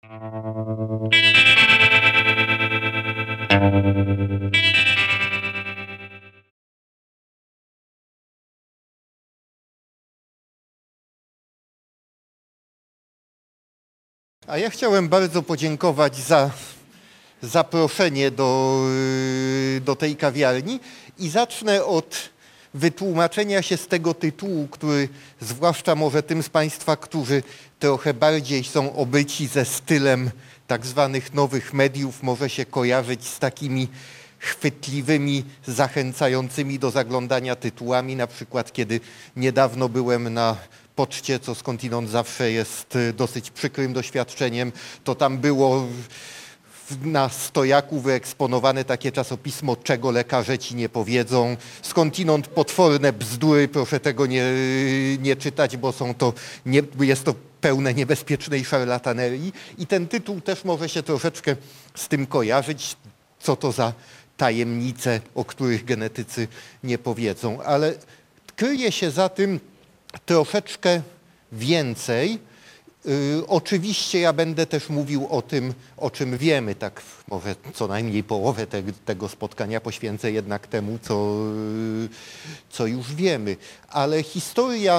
A ja chciałem bardzo podziękować za zaproszenie do tej kawiarni i zacznę od wytłumaczenia się z tego tytułu, który zwłaszcza może tym z Państwa, którzy trochę bardziej są obyci ze stylem tak zwanych nowych mediów, może się kojarzyć z takimi chwytliwymi, zachęcającymi do zaglądania tytułami. Na przykład kiedy niedawno byłem na poczcie, co skądinąd zawsze jest dosyć przykrym doświadczeniem, to tam było na stojaku wyeksponowane takie czasopismo, czego lekarze ci nie powiedzą. Skądinąd potworne bzdury, proszę tego nie czytać, bo jest to pełne niebezpiecznej szarlatanerii. I ten tytuł też może się troszeczkę z tym kojarzyć, co to za tajemnice, o których genetycy nie powiedzą. Ale kryje się za tym troszeczkę więcej. Oczywiście ja będę też mówił o tym, o czym wiemy, tak może co najmniej połowę tego spotkania poświęcę jednak temu, co już wiemy. Ale historia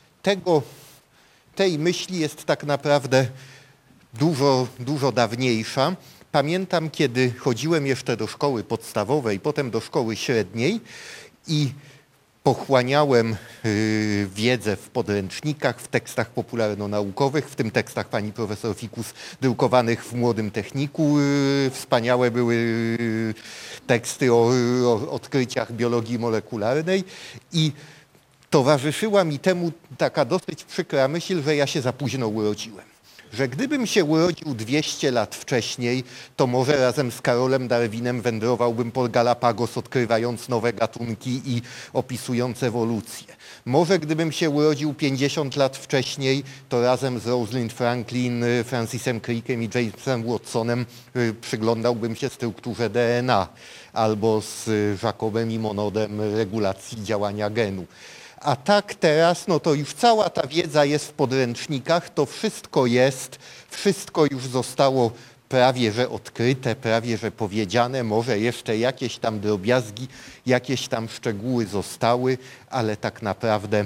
tej myśli jest tak naprawdę dużo dawniejsza. Pamiętam, kiedy chodziłem jeszcze do szkoły podstawowej, potem do szkoły średniej i pochłaniałem wiedzę w podręcznikach, w tekstach popularno-naukowych, w tym tekstach pani profesor Fikus drukowanych w Młodym Techniku. Wspaniałe były teksty o odkryciach biologii molekularnej i towarzyszyła mi temu taka dosyć przykra myśl, że ja się za późno urodziłem. Że gdybym się urodził 200 lat wcześniej, to może razem z Karolem Darwinem wędrowałbym po Galapagos, odkrywając nowe gatunki i opisując ewolucję. Może gdybym się urodził 50 lat wcześniej, to razem z Rosalind Franklin, Francisem Crickiem i Jamesem Watsonem przyglądałbym się strukturze DNA albo z Jacobem i Monodem regulacji działania genu. A tak teraz, no to już cała ta wiedza jest w podręcznikach, to wszystko jest, wszystko już zostało prawie że odkryte, prawie że powiedziane, może jeszcze jakieś tam drobiazgi, jakieś tam szczegóły zostały, ale tak naprawdę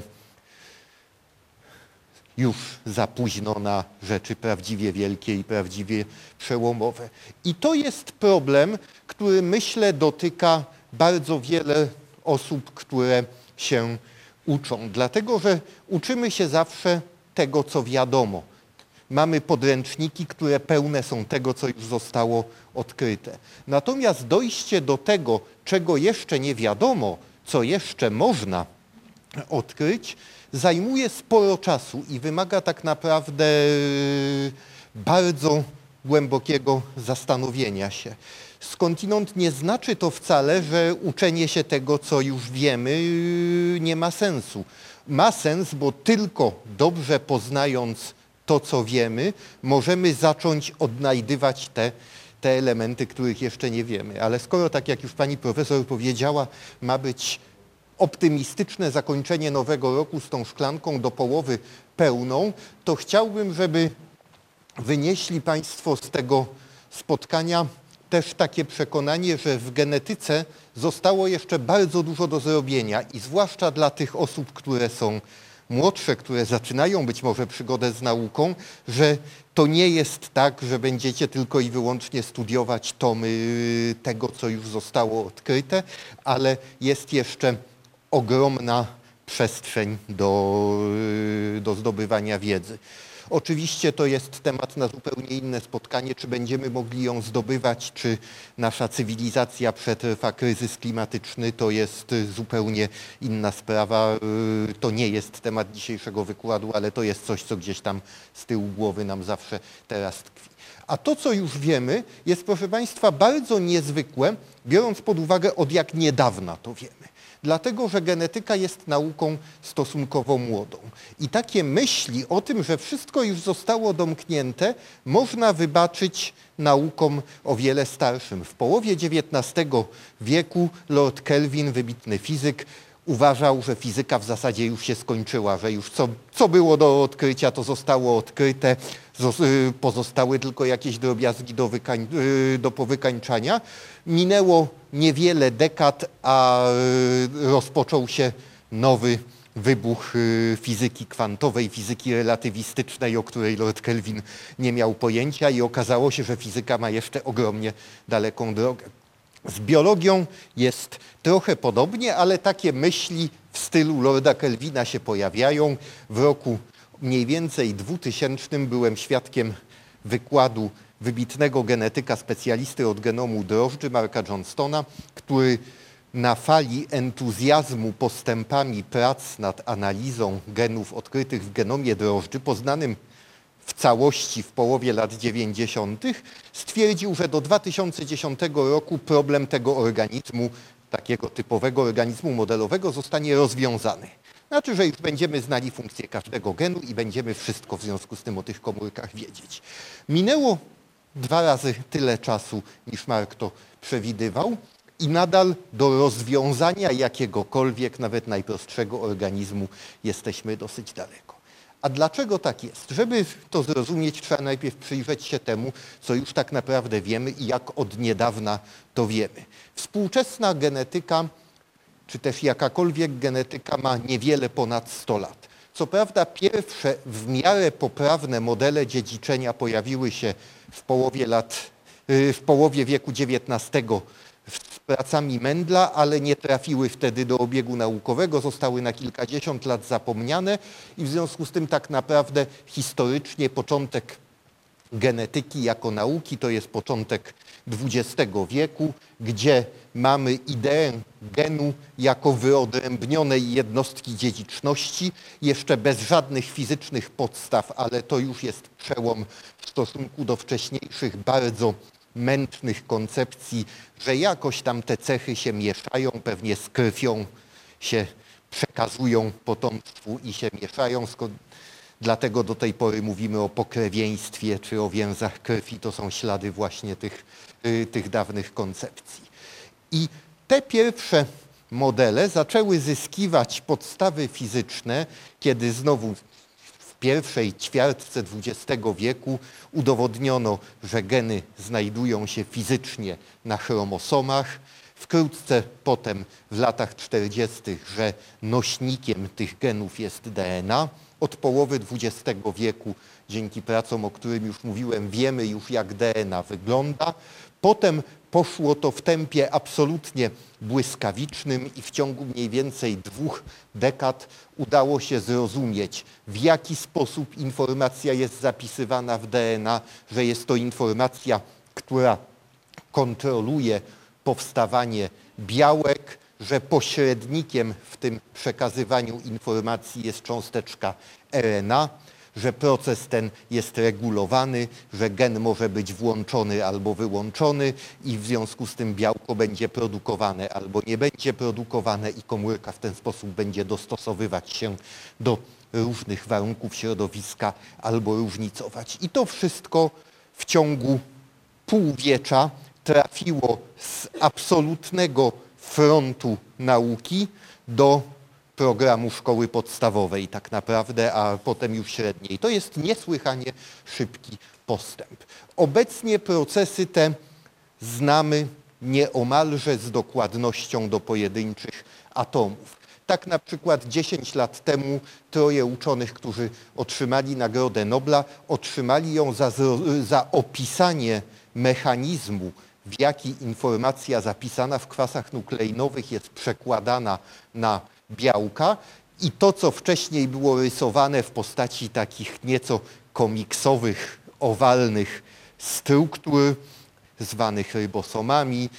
już za późno na rzeczy prawdziwie wielkie i prawdziwie przełomowe. I to jest problem, który myślę dotyka bardzo wiele osób, które się uczą, dlatego że uczymy się zawsze tego, co wiadomo. Mamy podręczniki, które pełne są tego, co już zostało odkryte. Natomiast dojście do tego, czego jeszcze nie wiadomo, co jeszcze można odkryć, zajmuje sporo czasu i wymaga tak naprawdę bardzo głębokiego zastanowienia się. Skądinąd nie znaczy to wcale, że uczenie się tego, co już wiemy, nie ma sensu. Ma sens, bo tylko dobrze poznając to, co wiemy, możemy zacząć odnajdywać te elementy, których jeszcze nie wiemy. Ale skoro, tak jak już pani profesor powiedziała, ma być optymistyczne zakończenie nowego roku z tą szklanką do połowy pełną, to chciałbym, żeby wynieśli państwo z tego spotkania też takie przekonanie, że w genetyce zostało jeszcze bardzo dużo do zrobienia i zwłaszcza dla tych osób, które są młodsze, które zaczynają być może przygodę z nauką, że to nie jest tak, że będziecie tylko i wyłącznie studiować tomy tego, co już zostało odkryte, ale jest jeszcze ogromna przestrzeń do zdobywania wiedzy. Oczywiście to jest temat na zupełnie inne spotkanie, czy będziemy mogli ją zdobywać, czy nasza cywilizacja przetrwa kryzys klimatyczny, to jest zupełnie inna sprawa. To nie jest temat dzisiejszego wykładu, ale to jest coś, co gdzieś tam z tyłu głowy nam zawsze teraz tkwi. A to, co już wiemy, jest, proszę państwa, bardzo niezwykłe, biorąc pod uwagę, od jak niedawna to wiemy. Dlatego, że genetyka jest nauką stosunkowo młodą. I takie myśli o tym, że wszystko już zostało domknięte, można wybaczyć naukom o wiele starszym. W połowie XIX wieku Lord Kelvin, wybitny fizyk, uważał, że fizyka w zasadzie już się skończyła, że już co było do odkrycia, to zostało odkryte, pozostały tylko jakieś drobiazgi do powykańczania. Minęło niewiele dekad, a rozpoczął się nowy wybuch fizyki kwantowej, fizyki relatywistycznej, o której Lord Kelvin nie miał pojęcia i okazało się, że fizyka ma jeszcze ogromnie daleką drogę. Z biologią jest trochę podobnie, ale takie myśli w stylu Lorda Kelvina się pojawiają. W roku mniej więcej 2000 byłem świadkiem wykładu wybitnego genetyka, specjalisty od genomu drożdży, Marka Johnstona, który na fali entuzjazmu postępami prac nad analizą genów odkrytych w genomie drożdży, poznanym w całości w połowie lat 90., stwierdził, że do 2010 roku problem tego organizmu, takiego typowego organizmu modelowego, zostanie rozwiązany. Znaczy, że już będziemy znali funkcję każdego genu i będziemy wszystko w związku z tym o tych komórkach wiedzieć. Minęło 2 razy tyle czasu, niż Mark to przewidywał i nadal do rozwiązania jakiegokolwiek, nawet najprostszego organizmu jesteśmy dosyć daleko. A dlaczego tak jest? Żeby to zrozumieć, trzeba najpierw przyjrzeć się temu, co już tak naprawdę wiemy i jak od niedawna to wiemy. Współczesna genetyka, czy też jakakolwiek genetyka ma niewiele ponad 100 lat. Co prawda pierwsze w miarę poprawne modele dziedziczenia pojawiły się w połowie wieku XIX z pracami Mendla, ale nie trafiły wtedy do obiegu naukowego, zostały na kilkadziesiąt lat zapomniane i w związku z tym tak naprawdę historycznie początek genetyki jako nauki to jest początek XX wieku, gdzie mamy ideę genu jako wyodrębnionej jednostki dziedziczności, jeszcze bez żadnych fizycznych podstaw, ale to już jest przełom w stosunku do wcześniejszych bardzo mętnych koncepcji, że jakoś tam te cechy się mieszają, pewnie z krwią się przekazują potomstwu i się mieszają. Dlatego do tej pory mówimy o pokrewieństwie czy o więzach krwi. To są ślady właśnie tych dawnych koncepcji. I te pierwsze modele zaczęły zyskiwać podstawy fizyczne, kiedy znowu w pierwszej ćwiartce XX wieku udowodniono, że geny znajdują się fizycznie na chromosomach. Wkrótce potem w latach 40., że nośnikiem tych genów jest DNA. Od połowy XX wieku, dzięki pracom, o którym już mówiłem, wiemy już, jak DNA wygląda. Potem poszło to w tempie absolutnie błyskawicznym i w ciągu mniej więcej 2 dekad udało się zrozumieć, w jaki sposób informacja jest zapisywana w DNA, że jest to informacja, która kontroluje powstawanie białek, że pośrednikiem w tym przekazywaniu informacji jest cząsteczka RNA, że proces ten jest regulowany, że gen może być włączony albo wyłączony i w związku z tym białko będzie produkowane albo nie będzie produkowane i komórka w ten sposób będzie dostosowywać się do różnych warunków środowiska albo różnicować. I to wszystko w ciągu półwiecza trafiło z absolutnego frontu nauki do programu szkoły podstawowej tak naprawdę, a potem już średniej. To jest niesłychanie szybki postęp. Obecnie procesy te znamy nieomalże z dokładnością do pojedynczych atomów. Tak na przykład 10 lat temu 3 uczonych, którzy otrzymali Nagrodę Nobla, otrzymali ją za opisanie mechanizmu, w jaki informacja zapisana w kwasach nukleinowych jest przekładana na białka i to, co wcześniej było rysowane w postaci takich nieco komiksowych, owalnych struktur, zwanych rybosomami,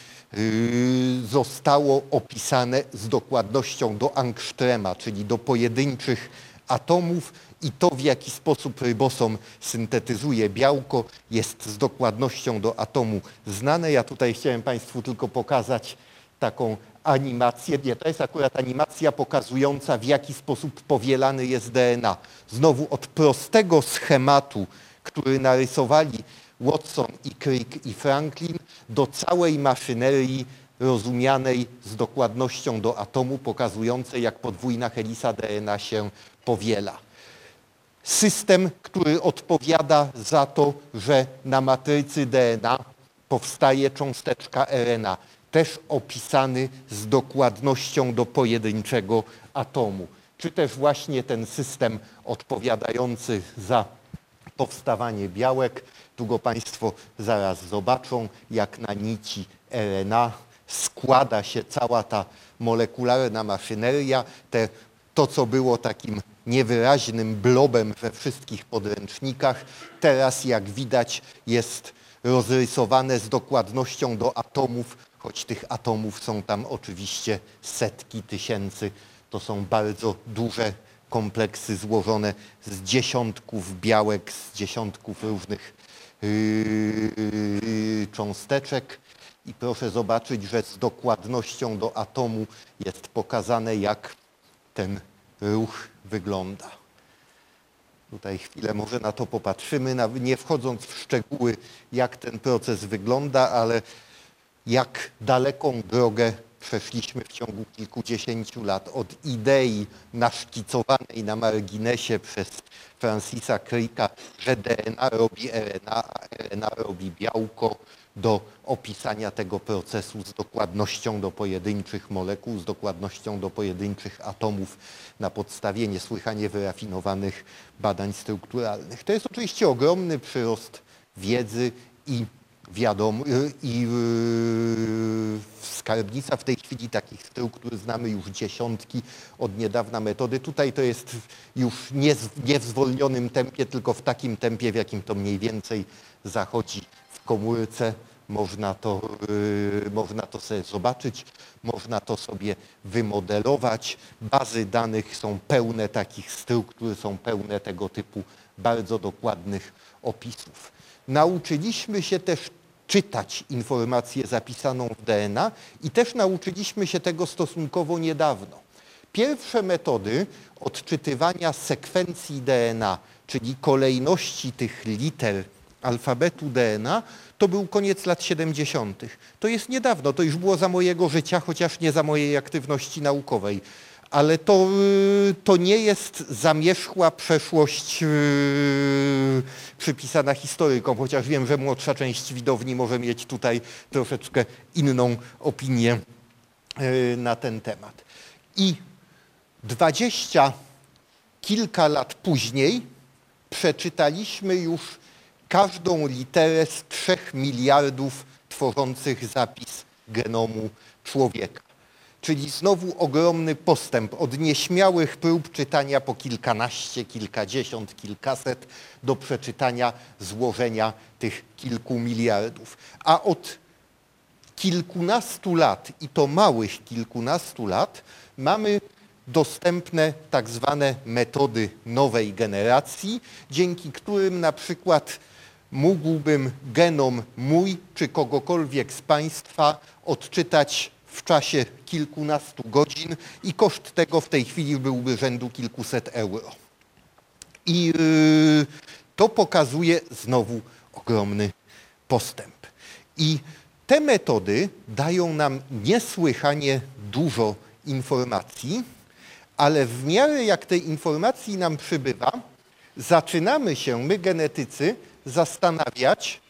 zostało opisane z dokładnością do angstrema, czyli do pojedynczych atomów i to, w jaki sposób rybosom syntetyzuje białko, jest z dokładnością do atomu znane. Ja tutaj chciałem Państwu tylko pokazać taką animację. Nie, to jest akurat animacja pokazująca, w jaki sposób powielany jest DNA. Znowu od prostego schematu, który narysowali Watson i Crick i Franklin, do całej maszynerii rozumianej z dokładnością do atomu, pokazującej, jak podwójna helisa DNA się powiela. System, który odpowiada za to, że na matrycy DNA powstaje cząsteczka RNA, też opisany z dokładnością do pojedynczego atomu. Czy też właśnie ten system odpowiadający za powstawanie białek. Tu go Państwo zaraz zobaczą, jak na nici RNA składa się cała ta molekularna maszyneria. To, co było takim niewyraźnym blobem we wszystkich podręcznikach, teraz jak widać jest rozrysowane z dokładnością do atomów, choć tych atomów są tam oczywiście setki tysięcy. To są bardzo duże kompleksy złożone z dziesiątków białek, z dziesiątków różnych cząsteczek. I proszę zobaczyć, że z dokładnością do atomu jest pokazane, jak ten ruch wygląda. Tutaj chwilę może na to popatrzymy, nie wchodząc w szczegóły, jak ten proces wygląda, ale jak daleką drogę przeszliśmy w ciągu kilkudziesięciu lat od idei naszkicowanej na marginesie przez Francisa Cricka, że DNA robi RNA, a RNA robi białko, do opisania tego procesu z dokładnością do pojedynczych molekuł, z dokładnością do pojedynczych atomów na podstawie niesłychanie wyrafinowanych badań strukturalnych. To jest oczywiście ogromny przyrost wiedzy i skarbnica w tej chwili takich struktur znamy już dziesiątki, od niedawna metody. Tutaj to jest już nie w zwolnionym tempie, tylko w takim tempie, w jakim to mniej więcej zachodzi w komórce. Można to sobie zobaczyć, można to sobie wymodelować. Bazy danych są pełne takich struktur, są pełne tego typu bardzo dokładnych opisów. Nauczyliśmy się też czytać informację zapisaną w DNA i też nauczyliśmy się tego stosunkowo niedawno. Pierwsze metody odczytywania sekwencji DNA, czyli kolejności tych liter alfabetu DNA, to był koniec lat 70. To jest niedawno, to już było za mojego życia, chociaż nie za mojej aktywności naukowej. Ale to nie jest zamierzchła przeszłość przypisana historykom, chociaż wiem, że młodsza część widowni może mieć tutaj troszeczkę inną opinię na ten temat. I 20 kilka lat później przeczytaliśmy już każdą literę z 3 miliardów tworzących zapis genomu człowieka. Czyli znowu ogromny postęp od nieśmiałych prób czytania po kilkanaście, kilkadziesiąt, kilkaset do przeczytania złożenia tych kilku miliardów. A od kilkunastu lat, i to małych kilkunastu lat, mamy dostępne tak zwane metody nowej generacji, dzięki którym na przykład mógłbym genom mój czy kogokolwiek z Państwa odczytać w czasie kilkunastu godzin i koszt tego w tej chwili byłby rzędu kilkuset euro. I to pokazuje znowu ogromny postęp. I te metody dają nam niesłychanie dużo informacji, ale w miarę jak tej informacji nam przybywa, zaczynamy się, my genetycy, zastanawiać,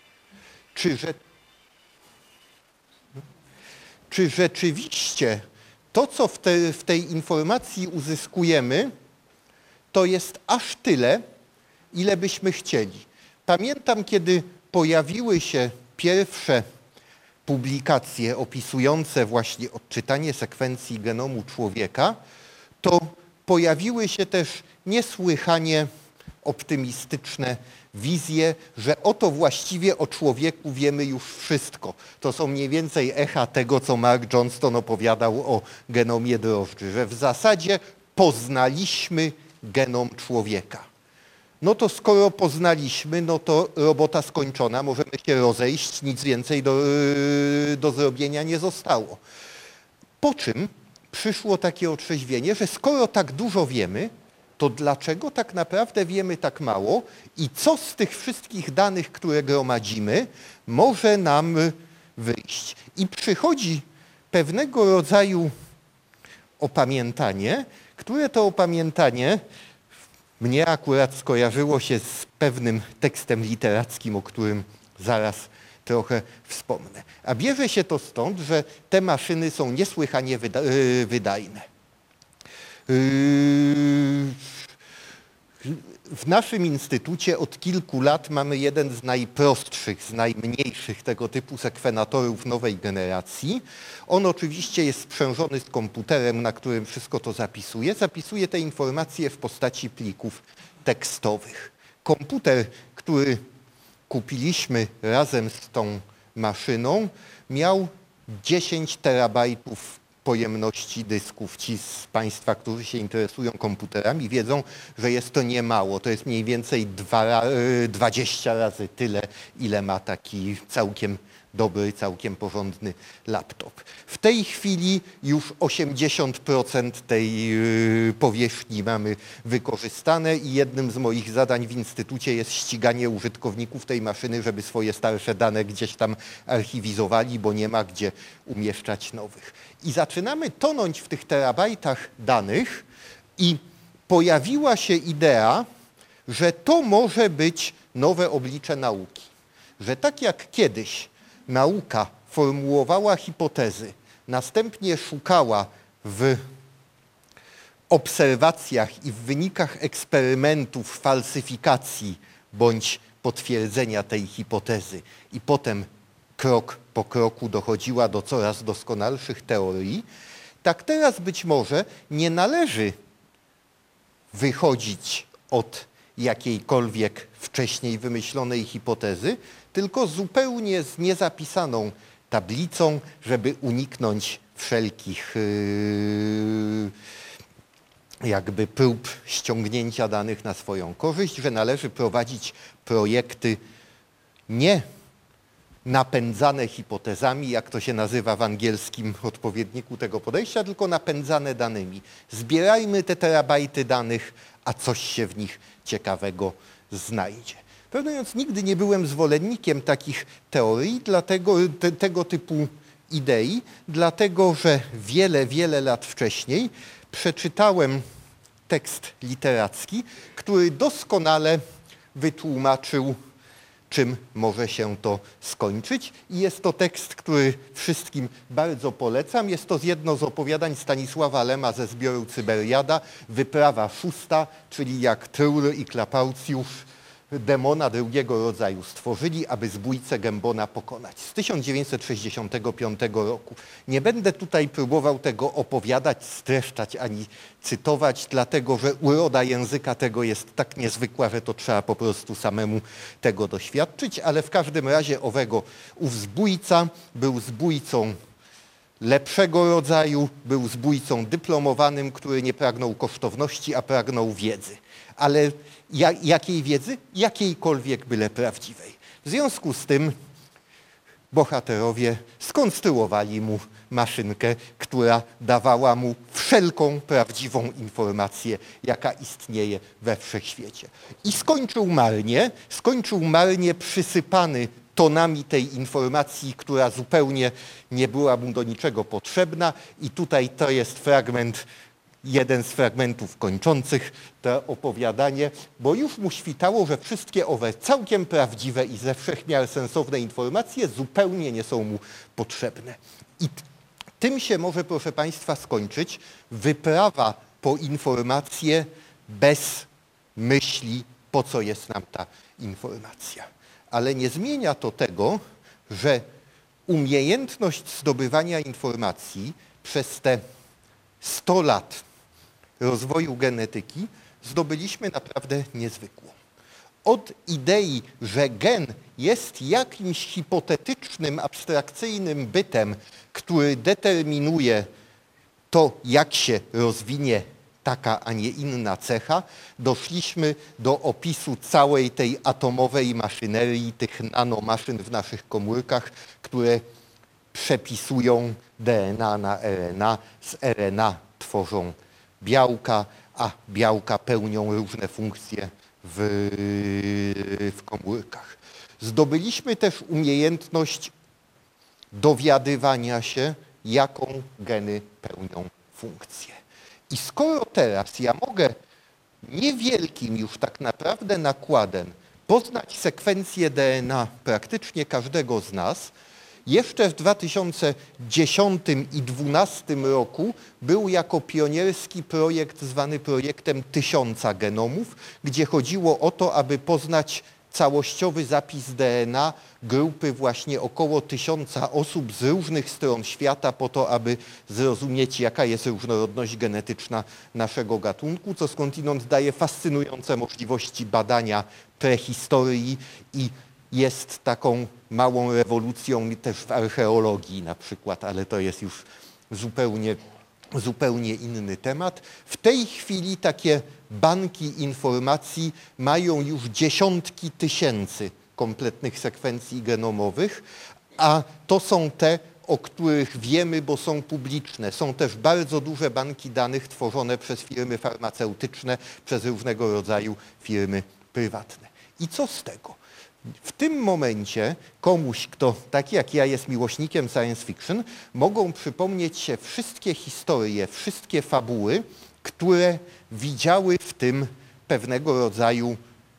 czy rzeczywiście to, co w tej informacji uzyskujemy, to jest aż tyle, ile byśmy chcieli. Pamiętam, kiedy pojawiły się pierwsze publikacje opisujące właśnie odczytanie sekwencji genomu człowieka, to pojawiły się też niesłychanie optymistyczne wizje, że oto właściwie o człowieku wiemy już wszystko. To są mniej więcej echa tego, co Mark Johnston opowiadał o genomie drożdży, że w zasadzie poznaliśmy genom człowieka. No to skoro poznaliśmy, no to robota skończona, możemy się rozejść, nic więcej do zrobienia nie zostało. Po czym przyszło takie otrzeźwienie, że skoro tak dużo wiemy, to dlaczego tak naprawdę wiemy tak mało i co z tych wszystkich danych, które gromadzimy, może nam wyjść. I przychodzi pewnego rodzaju opamiętanie, które to opamiętanie mnie akurat skojarzyło się z pewnym tekstem literackim, o którym zaraz trochę wspomnę. A bierze się to stąd, że te maszyny są niesłychanie wydajne. W naszym instytucie od kilku lat mamy jeden z najprostszych, z najmniejszych tego typu sekwenatorów nowej generacji. On oczywiście jest sprzężony z komputerem, na którym wszystko to zapisuje. Zapisuje te informacje w postaci plików tekstowych. Komputer, który kupiliśmy razem z tą maszyną, miał 10 terabajtów pojemności dysków. Ci z Państwa, którzy się interesują komputerami, wiedzą, że jest to niemało. To jest mniej więcej 20 razy tyle, ile ma taki całkiem dobry, całkiem porządny laptop. W tej chwili już 80% tej powierzchni mamy wykorzystane i jednym z moich zadań w instytucie jest ściganie użytkowników tej maszyny, żeby swoje starsze dane gdzieś tam archiwizowali, bo nie ma gdzie umieszczać nowych. I zaczynamy tonąć w tych terabajtach danych i pojawiła się idea, że to może być nowe oblicze nauki. Że tak jak kiedyś nauka formułowała hipotezy, następnie szukała w obserwacjach i w wynikach eksperymentów falsyfikacji bądź potwierdzenia tej hipotezy i potem krok po kroku dochodziła do coraz doskonalszych teorii, tak teraz być może nie należy wychodzić od jakiejkolwiek wcześniej wymyślonej hipotezy, tylko zupełnie z niezapisaną tablicą, żeby uniknąć wszelkich jakby prób ściągnięcia danych na swoją korzyść, że należy prowadzić projekty nie napędzane hipotezami, jak to się nazywa w angielskim odpowiedniku tego podejścia, tylko napędzane danymi. Zbierajmy te terabajty danych, a coś się w nich ciekawego znajdzie. Prawdę mówiąc, nigdy nie byłem zwolennikiem takich teorii, tego typu idei, dlatego że wiele lat wcześniej przeczytałem tekst literacki, który doskonale wytłumaczył, czym może się to skończyć. I jest to tekst, który wszystkim bardzo polecam. Jest to jedno z opowiadań Stanisława Lema ze zbioru Cyberiada, Wyprawa szósta, czyli jak Trur i Klapaucjusz demona drugiego rodzaju stworzyli, aby zbójcę Gębona pokonać. Z 1965 roku. Nie będę tutaj próbował tego opowiadać, streszczać ani cytować, dlatego że uroda języka tego jest tak niezwykła, że to trzeba po prostu samemu tego doświadczyć, ale w każdym razie ów zbójca był zbójcą lepszego rodzaju, był zbójcą dyplomowanym, który nie pragnął kosztowności, a pragnął wiedzy. Ale jakiej wiedzy? Jakiejkolwiek, byle prawdziwej. W związku z tym bohaterowie skonstruowali mu maszynkę, która dawała mu wszelką prawdziwą informację, jaka istnieje we wszechświecie. I skończył marnie przysypany tonami tej informacji, która zupełnie nie była mu do niczego potrzebna. I tutaj to jest fragment, jeden z fragmentów kończących to opowiadanie, bo już mu świtało, że wszystkie owe całkiem prawdziwe i ze wszechmiar sensowne informacje zupełnie nie są mu potrzebne. I tym się może, proszę Państwa, skończyć wyprawa po informacje bez myśli, po co jest nam ta informacja. Ale nie zmienia to tego, że umiejętność zdobywania informacji przez te 100 lat rozwoju genetyki zdobyliśmy naprawdę niezwykłą. Od idei, że gen jest jakimś hipotetycznym, abstrakcyjnym bytem, który determinuje to, jak się rozwinie taka, a nie inna cecha, doszliśmy do opisu całej tej atomowej maszynerii, tych nanomaszyn w naszych komórkach, które przepisują DNA na RNA, z RNA tworzą białka, a białka pełnią różne funkcje w komórkach. Zdobyliśmy też umiejętność dowiadywania się, jaką geny pełnią funkcję. I skoro teraz ja mogę niewielkim już tak naprawdę nakładem poznać sekwencję DNA praktycznie każdego z nas, jeszcze w 2010 i 2012 roku był jako pionierski projekt zwany projektem 1000 genomów, gdzie chodziło o to, aby poznać całościowy zapis DNA grupy właśnie około 1000 osób z różnych stron świata po to, aby zrozumieć, jaka jest różnorodność genetyczna naszego gatunku, co skądinąd daje fascynujące możliwości badania prehistorii i jest taką małą rewolucją też w archeologii na przykład, ale to jest już zupełnie inny temat. W tej chwili takie banki informacji mają już dziesiątki tysięcy kompletnych sekwencji genomowych, a to są te, o których wiemy, bo są publiczne. Są też bardzo duże banki danych tworzone przez firmy farmaceutyczne, przez różnego rodzaju firmy prywatne. I co z tego? W tym momencie komuś, kto tak jak ja jest miłośnikiem science fiction, mogą przypomnieć się wszystkie historie, wszystkie fabuły, które widziały w tym pewnego rodzaju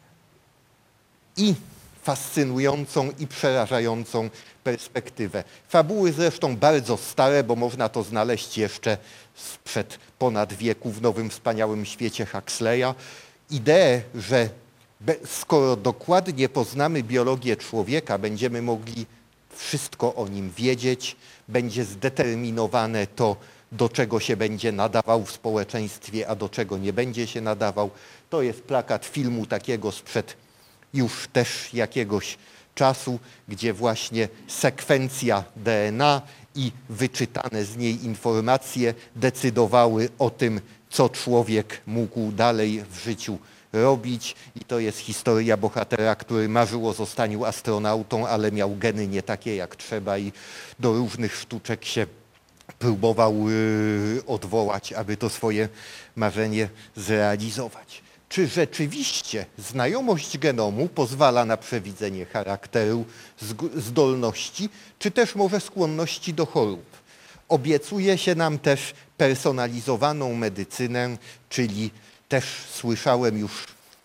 i fascynującą i przerażającą perspektywę. Fabuły zresztą bardzo stare, bo można to znaleźć jeszcze sprzed ponad wieku w Nowym Wspaniałym Świecie Huxleya. Ideę, że skoro dokładnie poznamy biologię człowieka, będziemy mogli wszystko o nim wiedzieć, będzie zdeterminowane to, do czego się będzie nadawał w społeczeństwie, a do czego nie będzie się nadawał. To jest plakat filmu takiego sprzed już też jakiegoś czasu, gdzie właśnie sekwencja DNA i wyczytane z niej informacje decydowały o tym, co człowiek mógł dalej w życiu robić. I to jest historia bohatera, który marzył o zostaniu astronautą, ale miał geny nie takie jak trzeba i do różnych sztuczek się próbował odwołać, aby to swoje marzenie zrealizować. Czy rzeczywiście znajomość genomu pozwala na przewidzenie charakteru, zdolności, czy też może skłonności do chorób? Obiecuje się nam też personalizowaną medycynę, czyli też słyszałem już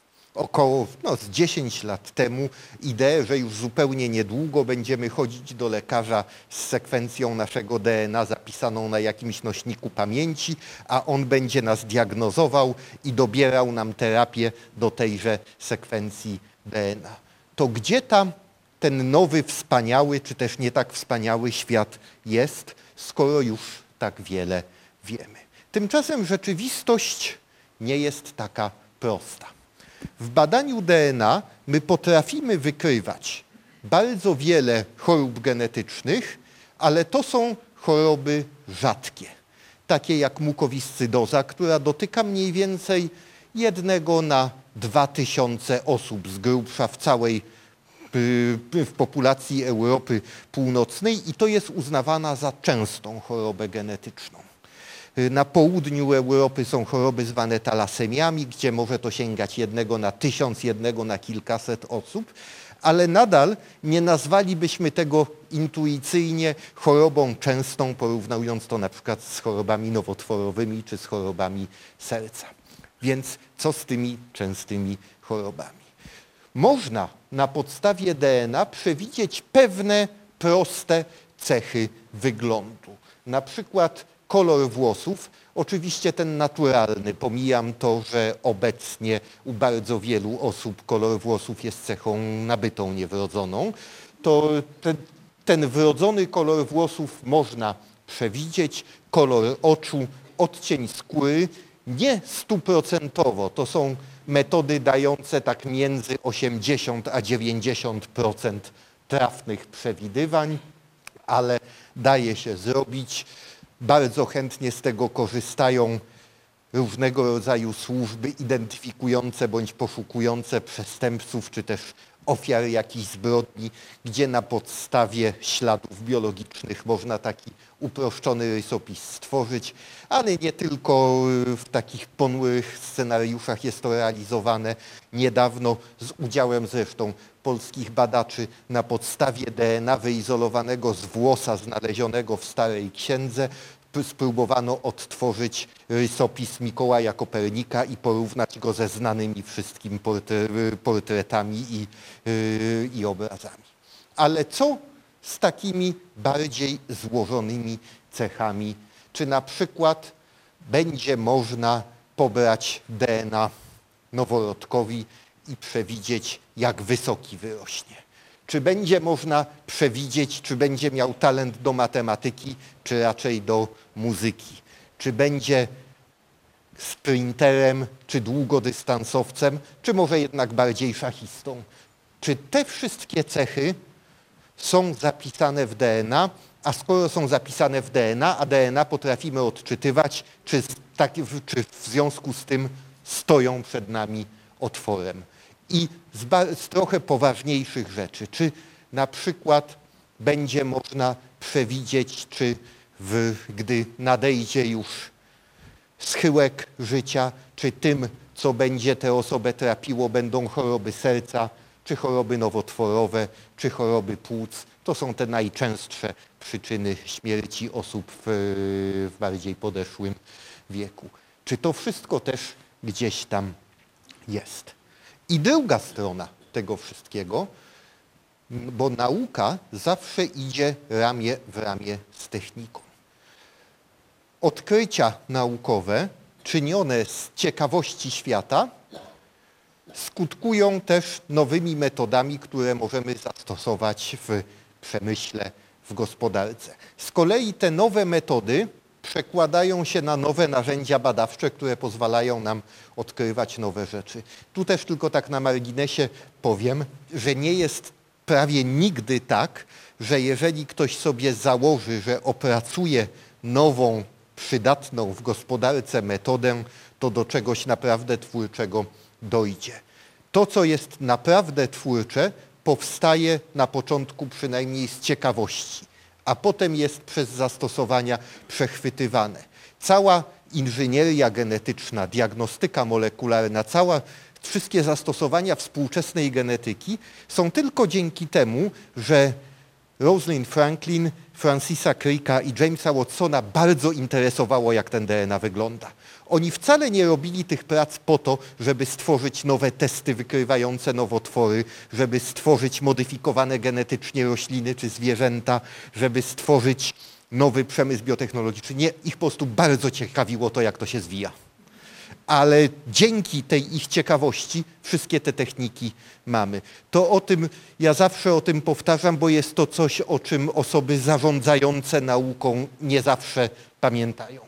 około z 10 lat temu ideę, że już zupełnie niedługo będziemy chodzić do lekarza z sekwencją naszego DNA zapisaną na jakimś nośniku pamięci, a on będzie nas diagnozował i dobierał nam terapię do tejże sekwencji DNA. To gdzie tam ten nowy, wspaniały, czy też nie tak wspaniały świat jest, skoro już tak wiele wiemy? Tymczasem rzeczywistość nie jest taka prosta. W badaniu DNA my potrafimy wykrywać bardzo wiele chorób genetycznych, ale to są choroby rzadkie, takie jak mukowiscydoza, która dotyka mniej więcej 1 na 2000 osób z grubsza w populacji Europy Północnej i to jest uznawana za częstą chorobę genetyczną. Na południu Europy są choroby zwane talasemiami, gdzie może to sięgać 1 na 1000, 1 na kilkaset osób, ale nadal nie nazwalibyśmy tego intuicyjnie chorobą częstą, porównując to na przykład z chorobami nowotworowymi czy z chorobami serca. Więc co z tymi częstymi chorobami? Można na podstawie DNA przewidzieć pewne proste cechy wyglądu. Na przykład kolor włosów, oczywiście ten naturalny, pomijam to, że obecnie u bardzo wielu osób kolor włosów jest cechą nabytą, niewrodzoną, to ten wrodzony kolor włosów można przewidzieć, kolor oczu, odcień skóry, nie 100%, to są metody dające tak między 80 a 90% trafnych przewidywań, ale daje się zrobić. Bardzo chętnie z tego korzystają różnego rodzaju służby identyfikujące bądź poszukujące przestępców, czy też ofiar jakichś zbrodni, gdzie na podstawie śladów biologicznych można taki uproszczony rysopis stworzyć, ale nie tylko w takich ponurych scenariuszach jest to realizowane. Niedawno z udziałem zresztą polskich badaczy na podstawie DNA wyizolowanego z włosa znalezionego w Starej Księdze spróbowano odtworzyć rysopis Mikołaja Kopernika i porównać go ze znanymi wszystkim portretami i obrazami. Ale co z takimi bardziej złożonymi cechami? Czy na przykład będzie można pobrać DNA noworodkowi i przewidzieć, jak wysoki wyrośnie? Czy będzie można przewidzieć, czy będzie miał talent do matematyki, czy raczej do muzyki? Czy będzie sprinterem, czy długodystansowcem, czy może jednak bardziej szachistą? Czy te wszystkie cechy są zapisane w DNA, a skoro są zapisane w DNA, a DNA potrafimy odczytywać, czy w związku z tym stoją przed nami otworem? I z trochę poważniejszych rzeczy, czy na przykład będzie można przewidzieć, czy gdy nadejdzie już schyłek życia, czy tym, co będzie tę osobę trapiło, będą choroby serca, czy choroby nowotworowe, czy choroby płuc. To są te najczęstsze przyczyny śmierci osób w bardziej podeszłym wieku. Czy to wszystko też gdzieś tam jest? I druga strona tego wszystkiego, bo nauka zawsze idzie ramię w ramię z techniką. Odkrycia naukowe czynione z ciekawości świata skutkują też nowymi metodami, które możemy zastosować w przemyśle, w gospodarce. Z kolei te nowe metody przekładają się na nowe narzędzia badawcze, które pozwalają nam odkrywać nowe rzeczy. Tu też tylko tak na marginesie powiem, że nie jest prawie nigdy tak, że jeżeli ktoś sobie założy, że opracuje nową, przydatną w gospodarce metodę, to do czegoś naprawdę twórczego dojdzie. To, co jest naprawdę twórcze, powstaje na początku przynajmniej z ciekawości, a potem jest przez zastosowania przechwytywane. Cała inżynieria genetyczna, diagnostyka molekularna, wszystkie zastosowania współczesnej genetyki są tylko dzięki temu, że Rosalind Franklin, Francisa Cricka i Jamesa Watsona bardzo interesowało, jak ten DNA wygląda. Oni wcale nie robili tych prac po to, żeby stworzyć nowe testy wykrywające nowotwory, żeby stworzyć modyfikowane genetycznie rośliny czy zwierzęta, żeby stworzyć nowy przemysł biotechnologiczny. Nie, ich po prostu bardzo ciekawiło to, jak to się zwija. Ale dzięki tej ich ciekawości wszystkie te techniki mamy. To o tym, ja zawsze o tym powtarzam, bo jest to coś, o czym osoby zarządzające nauką nie zawsze pamiętają.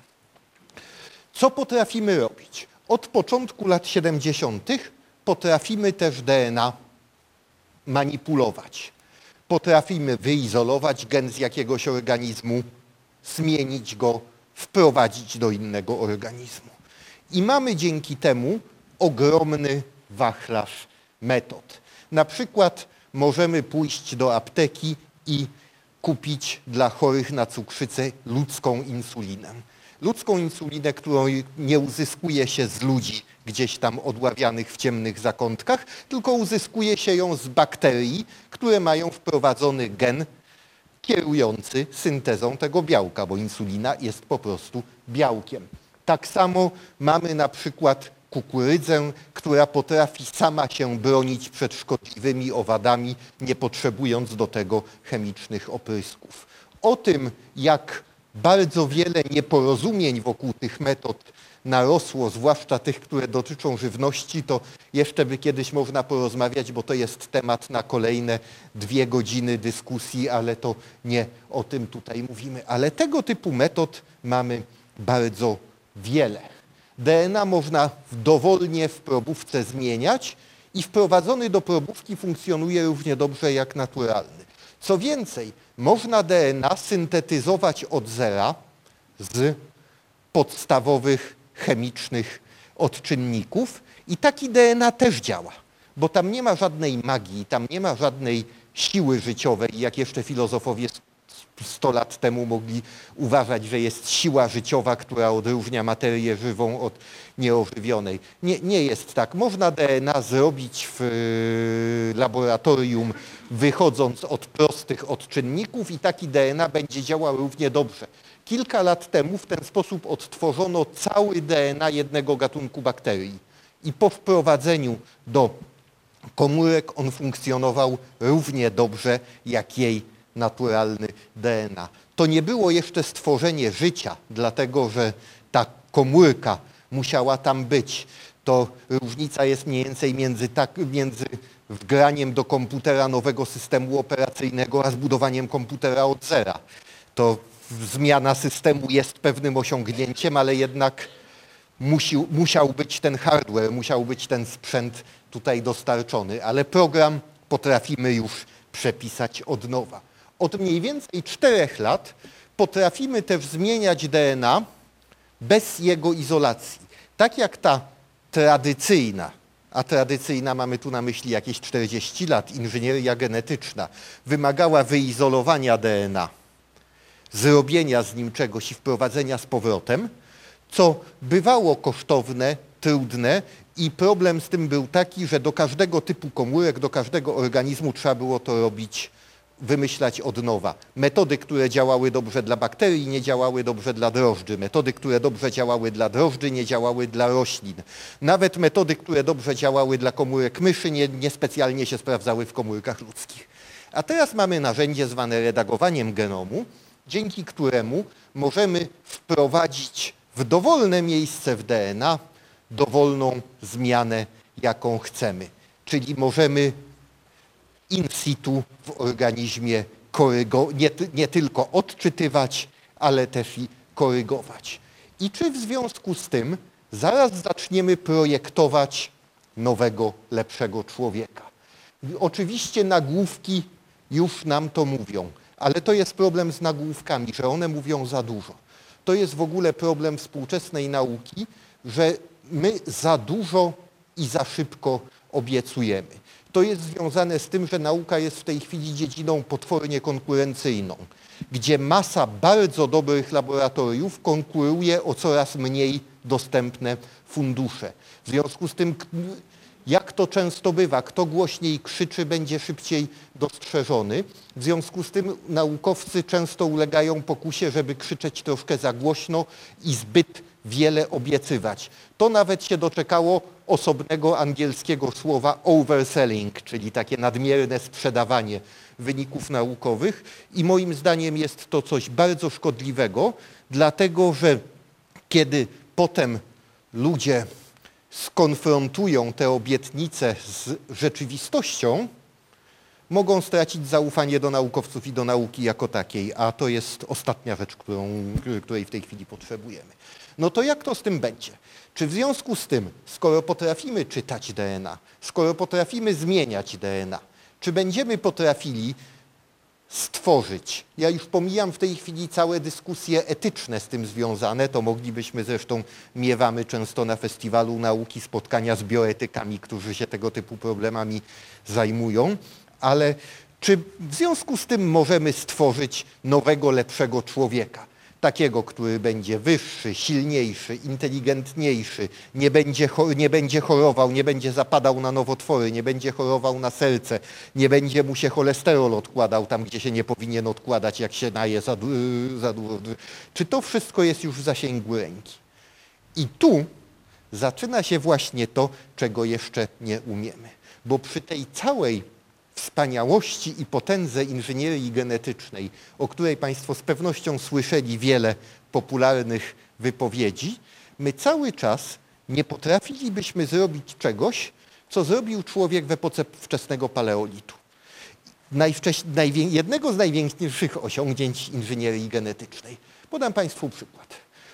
Co potrafimy robić? Od początku lat 70. potrafimy też DNA manipulować. Potrafimy wyizolować gen z jakiegoś organizmu, zmienić go, wprowadzić do innego organizmu. I mamy dzięki temu ogromny wachlarz metod. Na przykład możemy pójść do apteki i kupić dla chorych na cukrzycę ludzką insulinę. Ludzką insulinę, którą nie uzyskuje się z ludzi gdzieś tam odławianych w ciemnych zakątkach, tylko uzyskuje się ją z bakterii, które mają wprowadzony gen kierujący syntezą tego białka, bo insulina jest po prostu białkiem. Tak samo mamy na przykład kukurydzę, która potrafi sama się bronić przed szkodliwymi owadami, nie potrzebując do tego chemicznych oprysków. O tym, jak bardzo wiele nieporozumień wokół tych metod narosło, zwłaszcza tych, które dotyczą żywności, to jeszcze by kiedyś można porozmawiać, bo to jest temat na kolejne 2 godziny dyskusji, ale to nie o tym tutaj mówimy. Ale tego typu metod mamy bardzo wiele. DNA można dowolnie w probówce zmieniać i wprowadzony do probówki funkcjonuje równie dobrze jak naturalny. Co więcej, można DNA syntetyzować od zera z podstawowych chemicznych odczynników i taki DNA też działa, bo tam nie ma żadnej magii, tam nie ma żadnej siły życiowej, jak jeszcze filozofowie 100 lat temu mogli uważać, że jest siła życiowa, która odróżnia materię żywą od nieożywionej. Nie jest tak. Można DNA zrobić w laboratorium, wychodząc od prostych odczynników i taki DNA będzie działał równie dobrze. Kilka lat temu w ten sposób odtworzono cały DNA jednego gatunku bakterii i po wprowadzeniu do komórek on funkcjonował równie dobrze jak jej naturalny DNA. To nie było jeszcze stworzenie życia, dlatego że ta komórka musiała tam być. To różnica jest mniej więcej między wgraniem do komputera nowego systemu operacyjnego, a zbudowaniem komputera od zera. To zmiana systemu jest pewnym osiągnięciem, ale jednak musiał być ten hardware, musiał być ten sprzęt tutaj dostarczony, ale program potrafimy już przepisać od nowa. Od mniej więcej 4 lat potrafimy też zmieniać DNA bez jego izolacji. Tak jak ta tradycyjna, a tradycyjna mamy tu na myśli jakieś 40 lat, inżynieria genetyczna, wymagała wyizolowania DNA, zrobienia z nim czegoś i wprowadzenia z powrotem, co bywało kosztowne, trudne i problem z tym był taki, że do każdego typu komórek, do każdego organizmu trzeba było to robić, wymyślać od nowa. Metody, które działały dobrze dla bakterii, nie działały dobrze dla drożdży. Metody, które dobrze działały dla drożdży, nie działały dla roślin. Nawet metody, które dobrze działały dla komórek myszy, niespecjalnie się sprawdzały w komórkach ludzkich. A teraz mamy narzędzie zwane redagowaniem genomu, dzięki któremu możemy wprowadzić w dowolne miejsce w DNA dowolną zmianę, jaką chcemy. Czyli możemy in situ w organizmie nie tylko odczytywać, ale też i korygować. I czy w związku z tym zaraz zaczniemy projektować nowego, lepszego człowieka? Oczywiście nagłówki już nam to mówią, ale to jest problem z nagłówkami, że one mówią za dużo. To jest w ogóle problem współczesnej nauki, że my za dużo i za szybko obiecujemy. To jest związane z tym, że nauka jest w tej chwili dziedziną potwornie konkurencyjną, gdzie masa bardzo dobrych laboratoriów konkuruje o coraz mniej dostępne fundusze. W związku z tym, jak to często bywa, kto głośniej krzyczy, będzie szybciej dostrzeżony. W związku z tym naukowcy często ulegają pokusie, żeby krzyczeć troszkę za głośno i zbyt wiele obiecywać. To nawet się doczekało osobnego angielskiego słowa overselling, czyli takie nadmierne sprzedawanie wyników naukowych i moim zdaniem jest to coś bardzo szkodliwego, dlatego że kiedy potem ludzie skonfrontują te obietnice z rzeczywistością, mogą stracić zaufanie do naukowców i do nauki jako takiej, a to jest ostatnia rzecz, której w tej chwili potrzebujemy. No to jak to z tym będzie? Czy w związku z tym, skoro potrafimy czytać DNA, skoro potrafimy zmieniać DNA, czy będziemy potrafili stworzyć? Ja już pomijam w tej chwili całe dyskusje etyczne z tym związane, to moglibyśmy zresztą, miewamy często na Festiwalu Nauki spotkania z bioetykami, którzy się tego typu problemami zajmują, ale czy w związku z tym możemy stworzyć nowego, lepszego człowieka? Takiego, który będzie wyższy, silniejszy, inteligentniejszy, nie będzie chorował, nie będzie zapadał na nowotwory, nie będzie chorował na serce, nie będzie mu się cholesterol odkładał tam, gdzie się nie powinien odkładać, jak się naje za dużo. Czy to wszystko jest już w zasięgu ręki? I tu zaczyna się właśnie to, czego jeszcze nie umiemy. Bo przy tej całej wspaniałości i potędze inżynierii genetycznej, o której Państwo z pewnością słyszeli wiele popularnych wypowiedzi, my cały czas nie potrafilibyśmy zrobić czegoś, co zrobił człowiek w epoce wczesnego paleolitu. Jednego z największych osiągnięć inżynierii genetycznej. Podam Państwu przykład.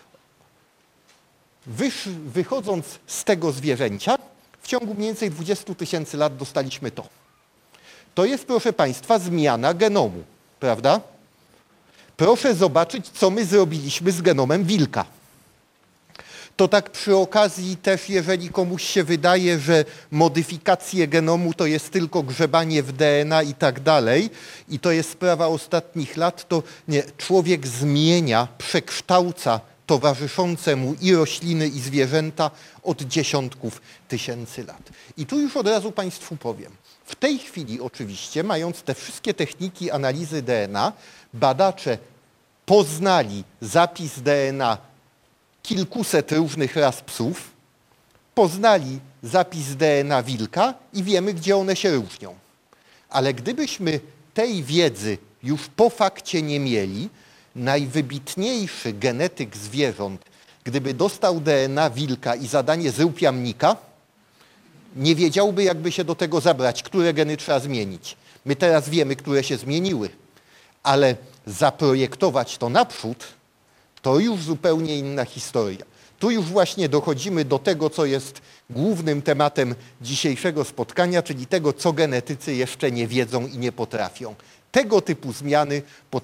Wychodząc z tego zwierzęcia, w ciągu mniej więcej 20 000 lat dostaliśmy to. To jest, proszę Państwa, zmiana genomu, prawda? Proszę zobaczyć, co my zrobiliśmy z genomem wilka. To tak przy okazji też, jeżeli komuś się wydaje, że modyfikacje genomu to jest tylko grzebanie w DNA i tak dalej, i to jest sprawa ostatnich lat, to nie, człowiek zmienia, przekształca towarzyszące mu i rośliny, i zwierzęta od dziesiątków tysięcy lat. I tu już od razu Państwu powiem. W tej chwili oczywiście, mając te wszystkie techniki analizy DNA, badacze poznali zapis DNA kilkuset różnych ras psów, poznali zapis DNA wilka i wiemy, gdzie one się różnią. Ale gdybyśmy tej wiedzy już po fakcie nie mieli, najwybitniejszy genetyk zwierząt, gdyby dostał DNA wilka i zadanie zrób jamnika, nie wiedziałby, jakby się do tego zabrać, które geny trzeba zmienić. My teraz wiemy, które się zmieniły, ale zaprojektować to naprzód, to już zupełnie inna historia. Tu już właśnie dochodzimy do tego, co jest głównym tematem dzisiejszego spotkania, czyli tego, co genetycy jeszcze nie wiedzą i nie potrafią. Tego typu zmiany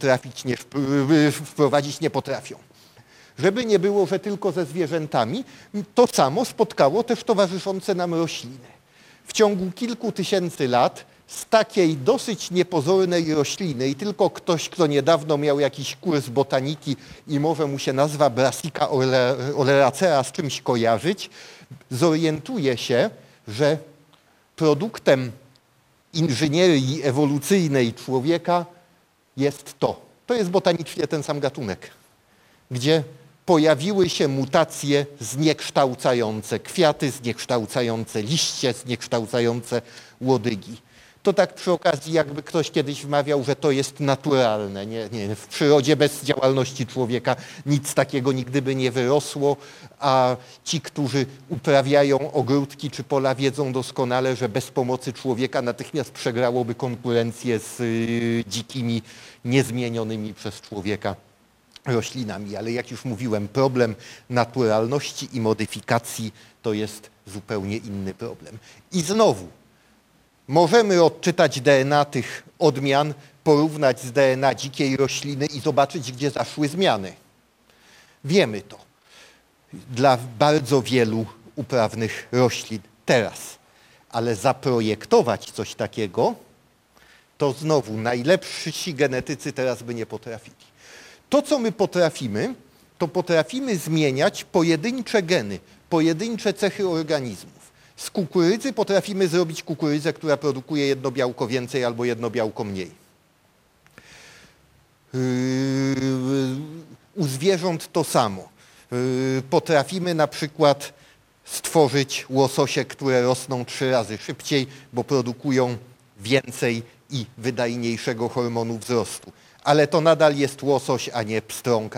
wprowadzić nie potrafią. Żeby nie było, że tylko ze zwierzętami, to samo spotkało też towarzyszące nam rośliny. W ciągu kilku tysięcy lat z takiej dosyć niepozornej rośliny i tylko ktoś, kto niedawno miał jakiś kurs botaniki i może mu się nazwa Brassica oleracea z czymś kojarzyć, zorientuje się, że produktem inżynierii ewolucyjnej człowieka jest to. To jest botanicznie ten sam gatunek, gdzie pojawiły się mutacje zniekształcające kwiaty, zniekształcające liście, zniekształcające łodygi. To tak przy okazji, jakby ktoś kiedyś wmawiał, że to jest naturalne. Nie, w przyrodzie bez działalności człowieka nic takiego nigdy by nie wyrosło, a ci, którzy uprawiają ogródki czy pola, wiedzą doskonale, że bez pomocy człowieka natychmiast przegrałoby konkurencję z dzikimi, niezmienionymi przez człowieka roślinami. Ale jak już mówiłem, problem naturalności i modyfikacji to jest zupełnie inny problem. I znowu, możemy odczytać DNA tych odmian, porównać z DNA dzikiej rośliny i zobaczyć, gdzie zaszły zmiany. Wiemy to dla bardzo wielu uprawnych roślin teraz. Ale zaprojektować coś takiego, to znowu najlepsi genetycy teraz by nie potrafili. To, co my potrafimy, to potrafimy zmieniać pojedyncze geny, pojedyncze cechy organizmów. Z kukurydzy potrafimy zrobić kukurydzę, która produkuje jedno białko więcej albo jedno białko mniej. U zwierząt to samo. Potrafimy na przykład stworzyć łososie, które rosną 3 razy szybciej, bo produkują więcej i wydajniejszego hormonu wzrostu. Ale to nadal jest łosoś, a nie pstrąg,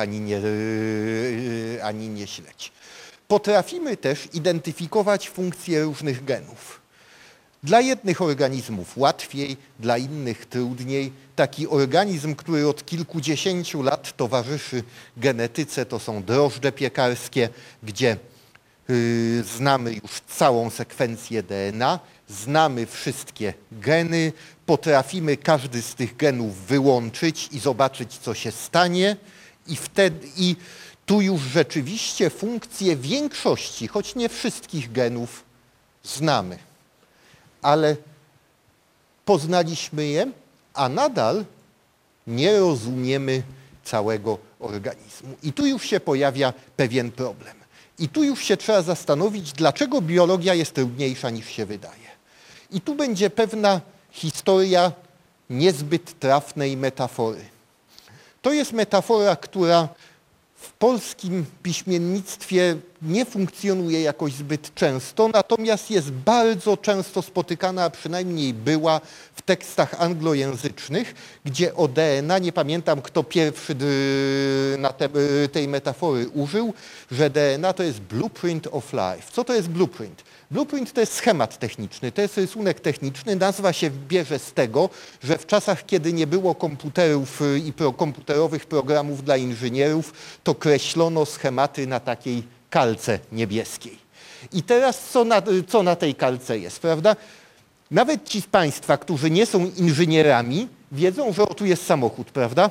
ani nie śledź. Potrafimy też identyfikować funkcje różnych genów. Dla jednych organizmów łatwiej, dla innych trudniej. Taki organizm, który od kilkudziesięciu lat towarzyszy genetyce, to są drożdże piekarskie, gdzie znamy już całą sekwencję DNA, znamy wszystkie geny, potrafimy każdy z tych genów wyłączyć i zobaczyć, co się stanie i tu już rzeczywiście funkcje większości, choć nie wszystkich genów znamy, ale poznaliśmy je, a nadal nie rozumiemy całego organizmu. I tu już się pojawia pewien problem. I tu już się trzeba zastanowić, dlaczego biologia jest trudniejsza niż się wydaje. I tu będzie pewna historia niezbyt trafnej metafory. To jest metafora, która w polskim piśmiennictwie nie funkcjonuje jakoś zbyt często, natomiast jest bardzo często spotykana, a przynajmniej była w tekstach anglojęzycznych, gdzie o DNA, nie pamiętam kto pierwszy tej metafory użył, że DNA to jest blueprint of life. Co to jest blueprint? Blueprint to jest schemat techniczny, to jest rysunek techniczny. Nazwa się bierze z tego, że w czasach, kiedy nie było komputerów i komputerowych programów dla inżynierów, to kreślono schematy na takiej kalce niebieskiej. I teraz co na tej kalce jest, prawda? Nawet ci z Państwa, którzy nie są inżynierami, wiedzą, że tu jest samochód, prawda?